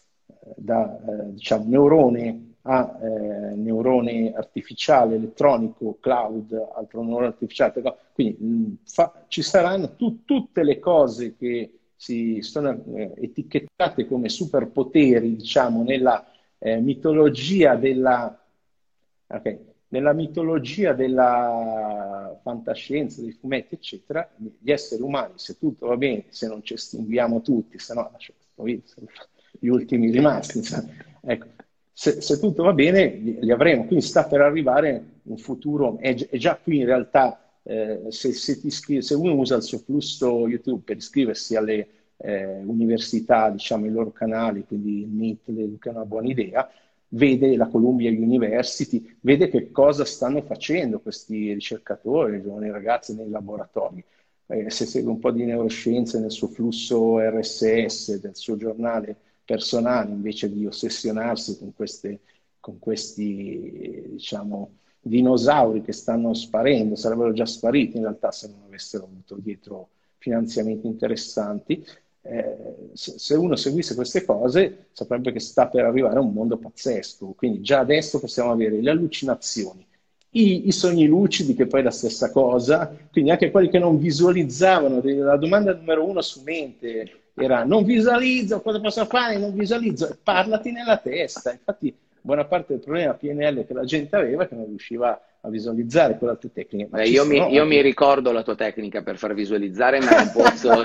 da eh, diciamo, neurone a eh, neurone artificiale, elettronico, cloud, altro neurone artificiale. Quindi mh, fa, ci saranno tu, tutte le cose che si sono eh, etichettate come superpoteri, diciamo, nella eh, mitologia della, okay, nella mitologia della fantascienza, dei fumetti, eccetera. Gli esseri umani, se tutto va bene, se non ci estinguiamo tutti, se no lascia gli ultimi rimasti, ecco, se, se tutto va bene li, li avremo, quindi sta per arrivare un futuro, è, è già qui in realtà. Eh, se, se, ti iscri- se uno usa il suo flusso YouTube per iscriversi alle eh, università, diciamo i loro canali, quindi il M I T, che è una buona idea, vede la Columbia University, vede che cosa stanno facendo questi ricercatori, giovani ragazzi nei laboratori. Eh, se segue un po' di neuroscienze nel suo flusso R S S, del suo giornale personale, invece di ossessionarsi con, queste, con questi, diciamo, dinosauri che stanno sparendo, sarebbero già spariti in realtà se non avessero avuto dietro finanziamenti interessanti. Eh, se, se uno seguisse queste cose saprebbe che sta per arrivare a un mondo pazzesco, quindi già adesso possiamo avere le allucinazioni, i, i sogni lucidi, che poi è la stessa cosa, quindi anche quelli che non visualizzavano. La domanda numero uno su mente era: non visualizzo, cosa posso fare? Non visualizzo, parlati nella testa. Infatti buona parte del problema P N L che la gente aveva è che non riusciva a visualizzare con altre tecniche. Ma Beh, ci io, mi, sono io anche- mi ricordo la tua tecnica per far visualizzare, ma non posso.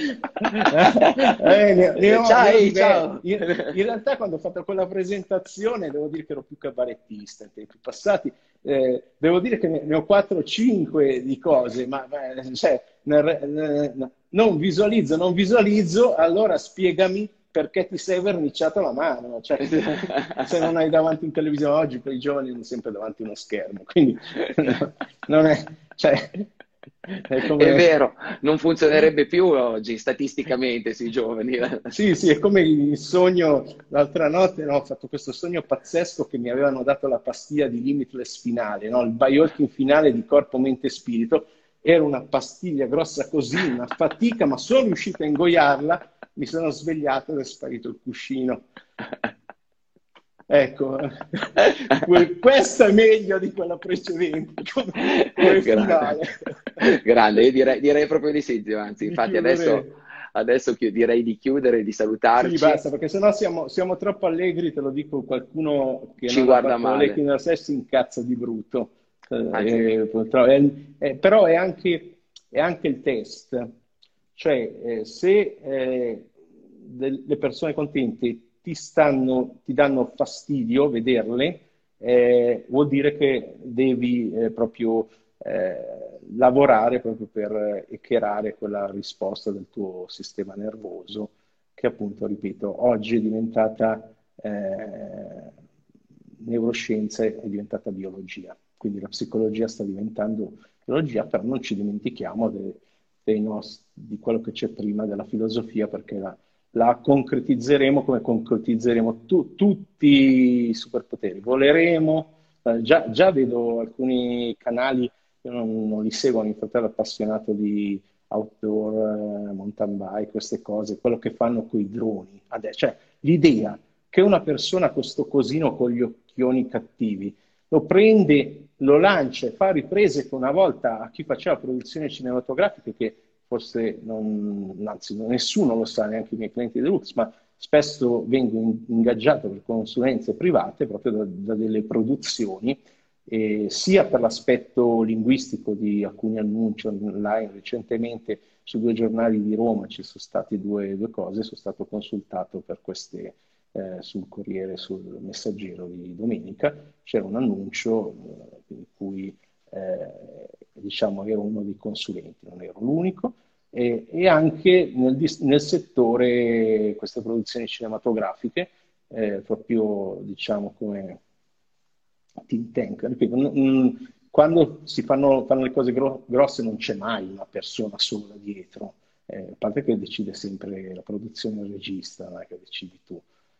Eh, ne- ne ho- Ciao, ne ho ehi, diver- ciao. In, in realtà quando ho fatto quella presentazione devo dire che ero più cabarettista in tempi passati. Eh, devo dire che ne, ne ho quattro o cinque di cose, ma, ma, cioè, nel- nel- non visualizzo, non visualizzo, allora spiegami perché ti sei verniciato la mano. Cioè, se non hai davanti in televisione oggi, per i giovani hanno sempre davanti uno schermo, quindi no, non è, cioè, è come... È vero, non funzionerebbe più oggi statisticamente sui giovani. Sì, sì, è come il sogno, l'altra notte no, ho fatto questo sogno pazzesco che mi avevano dato la pastiglia di Limitless finale, no? Il Biotin finale di corpo, mente e spirito. Era una pastiglia grossa così, una fatica, ma sono riuscito a ingoiarla, mi sono svegliato ed è sparito il cuscino. Ecco, que- questa è meglio di quella precedente come, come finale. Grande, grande, io direi, direi proprio di sì, Zio, anzi, Di infatti chiudere. adesso, adesso chi- direi di chiudere, di Sì, salutarci, basta, perché sennò siamo, siamo troppo allegri, te lo dico, qualcuno che ci non ha guarda fatto le male, King sé si incazza di brutto. anzi, Eh, purtroppo- è- è- però è anche, è anche il test, cioè eh, se eh, de- le persone contente ti stanno, ti danno fastidio vederle, eh, vuol dire che devi eh, proprio eh, lavorare proprio per eccherare quella risposta del tuo sistema nervoso che appunto, ripeto, oggi è diventata eh, neuroscienza, è diventata biologia. Quindi la psicologia sta diventando biologia, però non ci dimentichiamo de- dei nost- di quello che c'è prima della filosofia, perché la, la concretizzeremo come concretizzeremo tu- tutti i superpoteri. Voleremo, eh, già, già vedo alcuni canali, io non, non li seguo, mio fratello è appassionato di outdoor, eh, mountain bike, queste cose, quello che fanno con i droni. Adesso, cioè, l'idea che una persona con sto cosino con gli occhioni cattivi lo prende, lo lancia e fa riprese che una volta a chi faceva produzioni cinematografiche, che forse non, anzi nessuno lo sa, neanche i miei clienti deluxe, ma spesso vengo in- ingaggiato per consulenze private proprio da, da delle produzioni, eh, sia per l'aspetto linguistico di alcuni annunci online. Recentemente su due giornali di Roma ci sono state due, due cose, sono stato consultato per queste eh, sul Corriere, sul Messaggero di domenica, c'era un annuncio eh, in cui eh, diciamo ero uno dei consulenti, non ero l'unico, e, e anche nel, dis- nel settore queste produzioni cinematografiche, eh, proprio diciamo come think tank. Ripeto, n- n- quando si fanno, fanno le cose gro- grosse non c'è mai una persona sola dietro, eh, a parte che decide sempre la produzione e il regista, non è che decidi tu,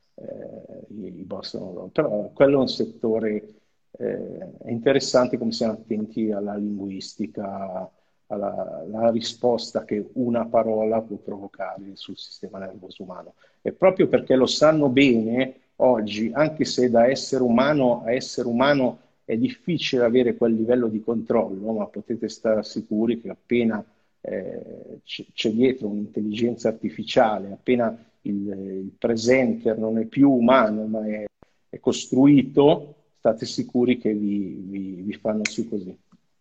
eh, i, i boss sono loro. Però quello è un settore eh, è interessante, come siamo attenti alla linguistica, alla, alla risposta che una parola può provocare sul sistema nervoso umano. E proprio perché lo sanno bene oggi, anche se da essere umano a essere umano è difficile avere quel livello di controllo, ma potete stare sicuri che appena eh, c'è dietro un'intelligenza artificiale, appena il, il presenter non è più umano ma è, è costruito, state sicuri che vi, vi, vi fanno su così.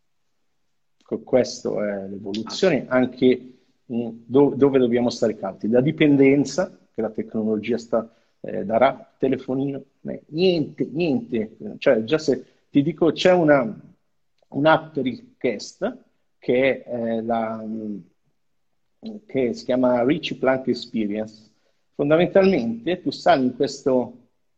Questo è l'evoluzione, anche mh, do, dove dobbiamo stare cauti. La dipendenza che la tecnologia sta, eh, darà, telefonino, eh, niente, niente. Cioè, già se ti dico, c'è una, un'app request che, è, eh, la, che si chiama Rich Plank Experience. Fondamentalmente tu sali in questo...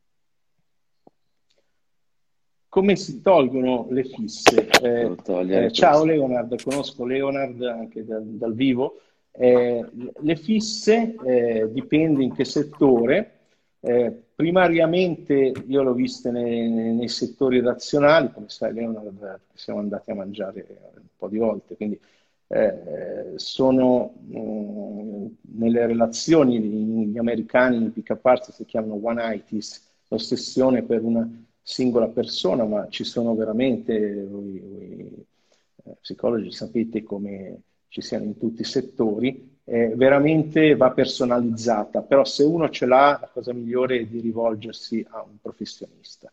Come si tolgono le fisse? Eh, eh, ciao Leonard, conosco Leonard anche dal, dal vivo. Eh, le fisse eh, dipende in che settore. Eh, primariamente io l'ho viste nei, nei settori razionali, come sai Leonard, siamo andati a mangiare un po' di volte, quindi eh, sono mh, nelle relazioni, gli americani, i pick-up artists si chiamano one-itis, l'ossessione per una singola persona, ma ci sono veramente, voi, voi eh, psicologi sapete come ci siano in tutti i settori, eh, veramente va personalizzata, però se uno ce l'ha, la cosa migliore è di rivolgersi a un professionista.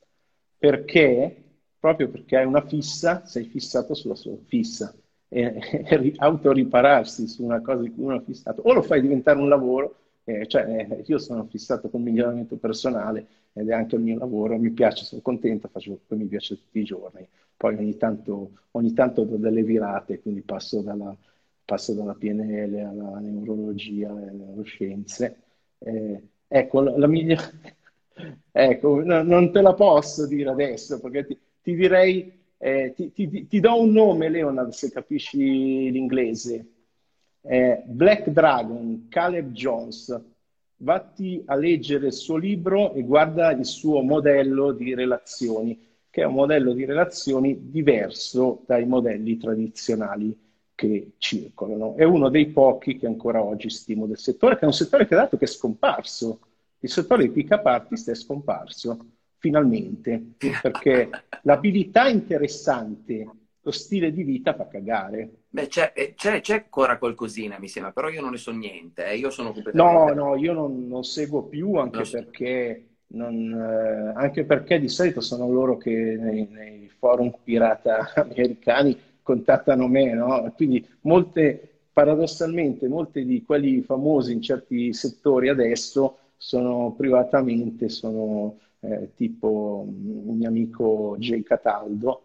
Perché? Proprio perché hai una fissa, sei fissato sulla sua fissa, e, e autoripararsi su una cosa di cui uno è fissato, o lo fai diventare un lavoro, eh, cioè eh, io sono fissato col miglioramento personale, ed è anche il mio lavoro, mi piace, sono contento, faccio quello che mi piace tutti i giorni. Poi ogni tanto, ogni tanto do delle virate, quindi passo dalla, passo dalla P N L alla neurologia, alle neuroscienze. Eh, ecco, la, la migliore... ecco, no, non te la posso dire adesso, perché ti, ti direi, eh, ti, ti, ti do un nome, Leonard, se capisci l'inglese. Eh, Black Dragon, Caleb Jones. Vatti a leggere il suo libro e guarda il suo modello di relazioni, che è un modello di relazioni diverso dai modelli tradizionali che circolano. È uno dei pochi che ancora oggi stimo del settore, che è un settore che dato che è scomparso. Il settore dei pick-up artist è scomparso, finalmente, perché l'abilità interessante, lo stile di vita fa cagare. Beh, c'è, eh, c'è, c'è ancora qualcosina, mi sembra, però io non ne so niente, eh. Io sono No, completamente... no, io non, non seguo più, non anche so- perché, non, eh, anche perché di solito sono loro che nei, nei forum pirata americani contattano me, no? Quindi molte, paradossalmente, molti di quelli famosi in certi settori adesso sono privatamente, sono eh, tipo mm, il mio amico Jay Cataldo,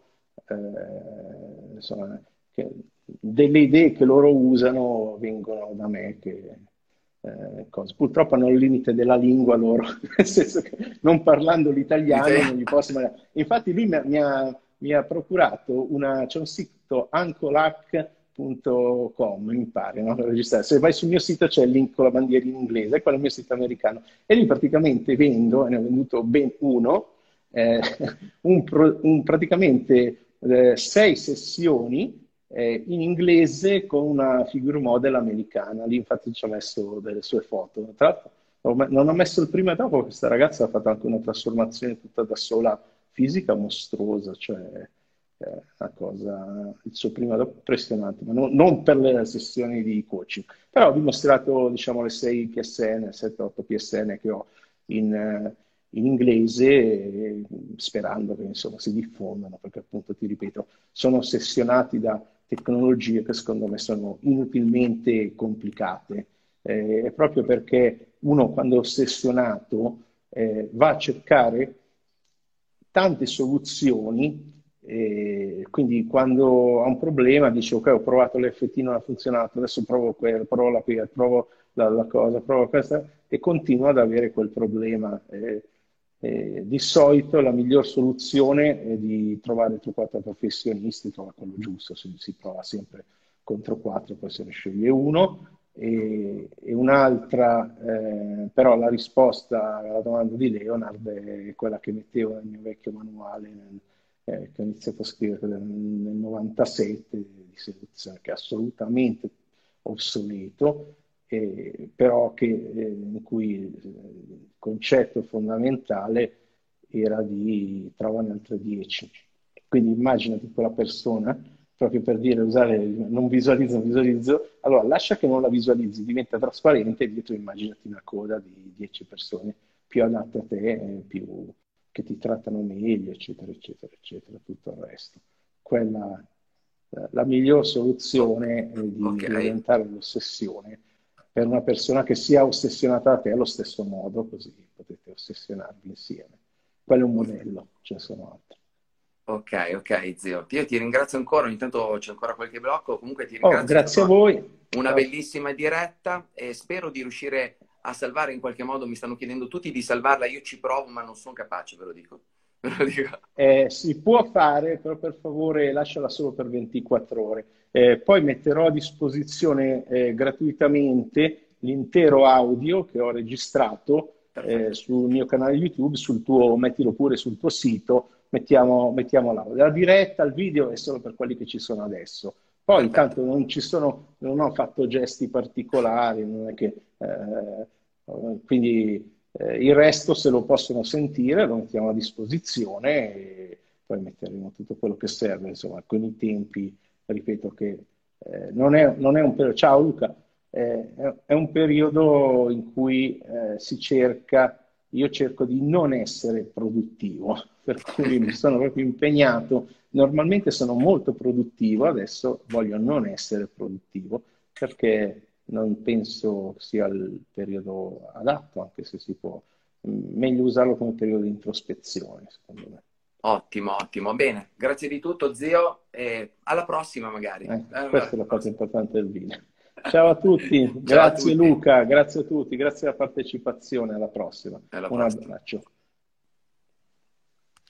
eh, insomma, che delle idee che loro usano vengono da me, che eh, cose. Purtroppo hanno il limite della lingua loro, nel senso che non parlando l'italiano non gli posso mandare. Infatti lui mi ha, mi ha, mi ha procurato una, c'è un sito ancolac punto com, mi pare, no? Per registrare. Se vai sul mio sito c'è il link con la bandiera in inglese, quello è il mio sito americano. E lì praticamente vendo, e ne ho venduto ben uno, eh, un, pro, un praticamente eh, sei sessioni eh, in inglese con una figure model americana. Lì infatti ci ho messo delle sue foto. Tra l'altro non ho messo il prima e dopo, questa ragazza ha fatto anche una trasformazione tutta da sola fisica mostruosa, cioè è una cosa, il suo prima e dopo impressionante, ma non, non per le sessioni di coaching. Però ho dimostrato, diciamo, le sei P S N, sette otto P S N che ho in, eh, in inglese, eh, sperando che insomma si diffondano, perché appunto ti ripeto, sono ossessionati da tecnologie che secondo me sono inutilmente complicate. Eh, è proprio perché uno quando è ossessionato eh, va a cercare tante soluzioni, e quindi quando ha un problema dice ok, ho provato l'F T, non ha funzionato, adesso provo quello, provo la P R, provo la, la cosa, provo questa, e continua ad avere quel problema. Eh, eh, di solito la miglior soluzione è di trovare tre quattro professionisti, trova quello giusto, si, si prova sempre contro quattro, poi se ne sceglie uno. E, e un'altra, eh, però la risposta alla domanda di Leonard è quella che mettevo nel mio vecchio manuale, nel, eh, che ho iniziato a scrivere nel, nel novantasette, di seduzione, che è assolutamente obsoleto, eh, però che, eh, in cui il concetto fondamentale era di trovane altre dieci. Quindi immaginati quella persona, proprio per dire, usare, non visualizzo, non visualizzo, allora lascia che non la visualizzi, diventa trasparente e dietro immaginati una coda di dieci persone più adatte a te, più, che ti trattano meglio, eccetera, eccetera, eccetera, tutto il resto. Quella, la miglior soluzione è di Ok. diventare l'ossessione per una persona che sia ossessionata da te allo stesso modo, così potete ossessionarvi insieme. Quello è un modello, ce ne sono altri. Ok, ok, zio. Io ti ringrazio ancora, ogni tanto c'è ancora qualche blocco, comunque ti Oh, ringrazio, è grazie a stata voi. una Ciao. bellissima diretta e spero di riuscire a salvare in qualche modo, mi stanno chiedendo tutti di salvarla, io ci provo ma non sono capace, ve lo dico. Ve lo dico. Eh, si può fare, però per favore lasciala solo per ventiquattro ore. Eh, poi metterò a disposizione eh, gratuitamente l'intero audio che ho registrato eh, Perfetto, sul mio canale YouTube, sul tuo, mettilo pure sul tuo sito, mettiamo, mettiamo l'audio. La diretta, il video è solo per quelli che ci sono adesso. Poi perfetto. tanto non ci sono, non ho fatto gesti particolari, non è che, eh, quindi eh, il resto se lo possono sentire lo mettiamo a disposizione e poi metteremo tutto quello che serve, insomma, con i tempi, ripeto che eh, non è, non è un periodo, ciao Luca, eh, è, è un periodo in cui eh, si cerca, io cerco di non essere produttivo, per cui mi sono proprio impegnato. Normalmente sono molto produttivo, adesso voglio non essere produttivo perché non penso sia il periodo adatto, anche se si può. Meglio usarlo come periodo di introspezione, secondo me. Ottimo, ottimo. Bene, grazie di tutto, zio, e alla prossima magari. Eh, Eh, alla questa è la parte prossima. importante del video. Ciao a tutti, Ciao a grazie tutti, Luca, grazie a tutti, grazie alla partecipazione, alla prossima. alla Un prossima. abbraccio.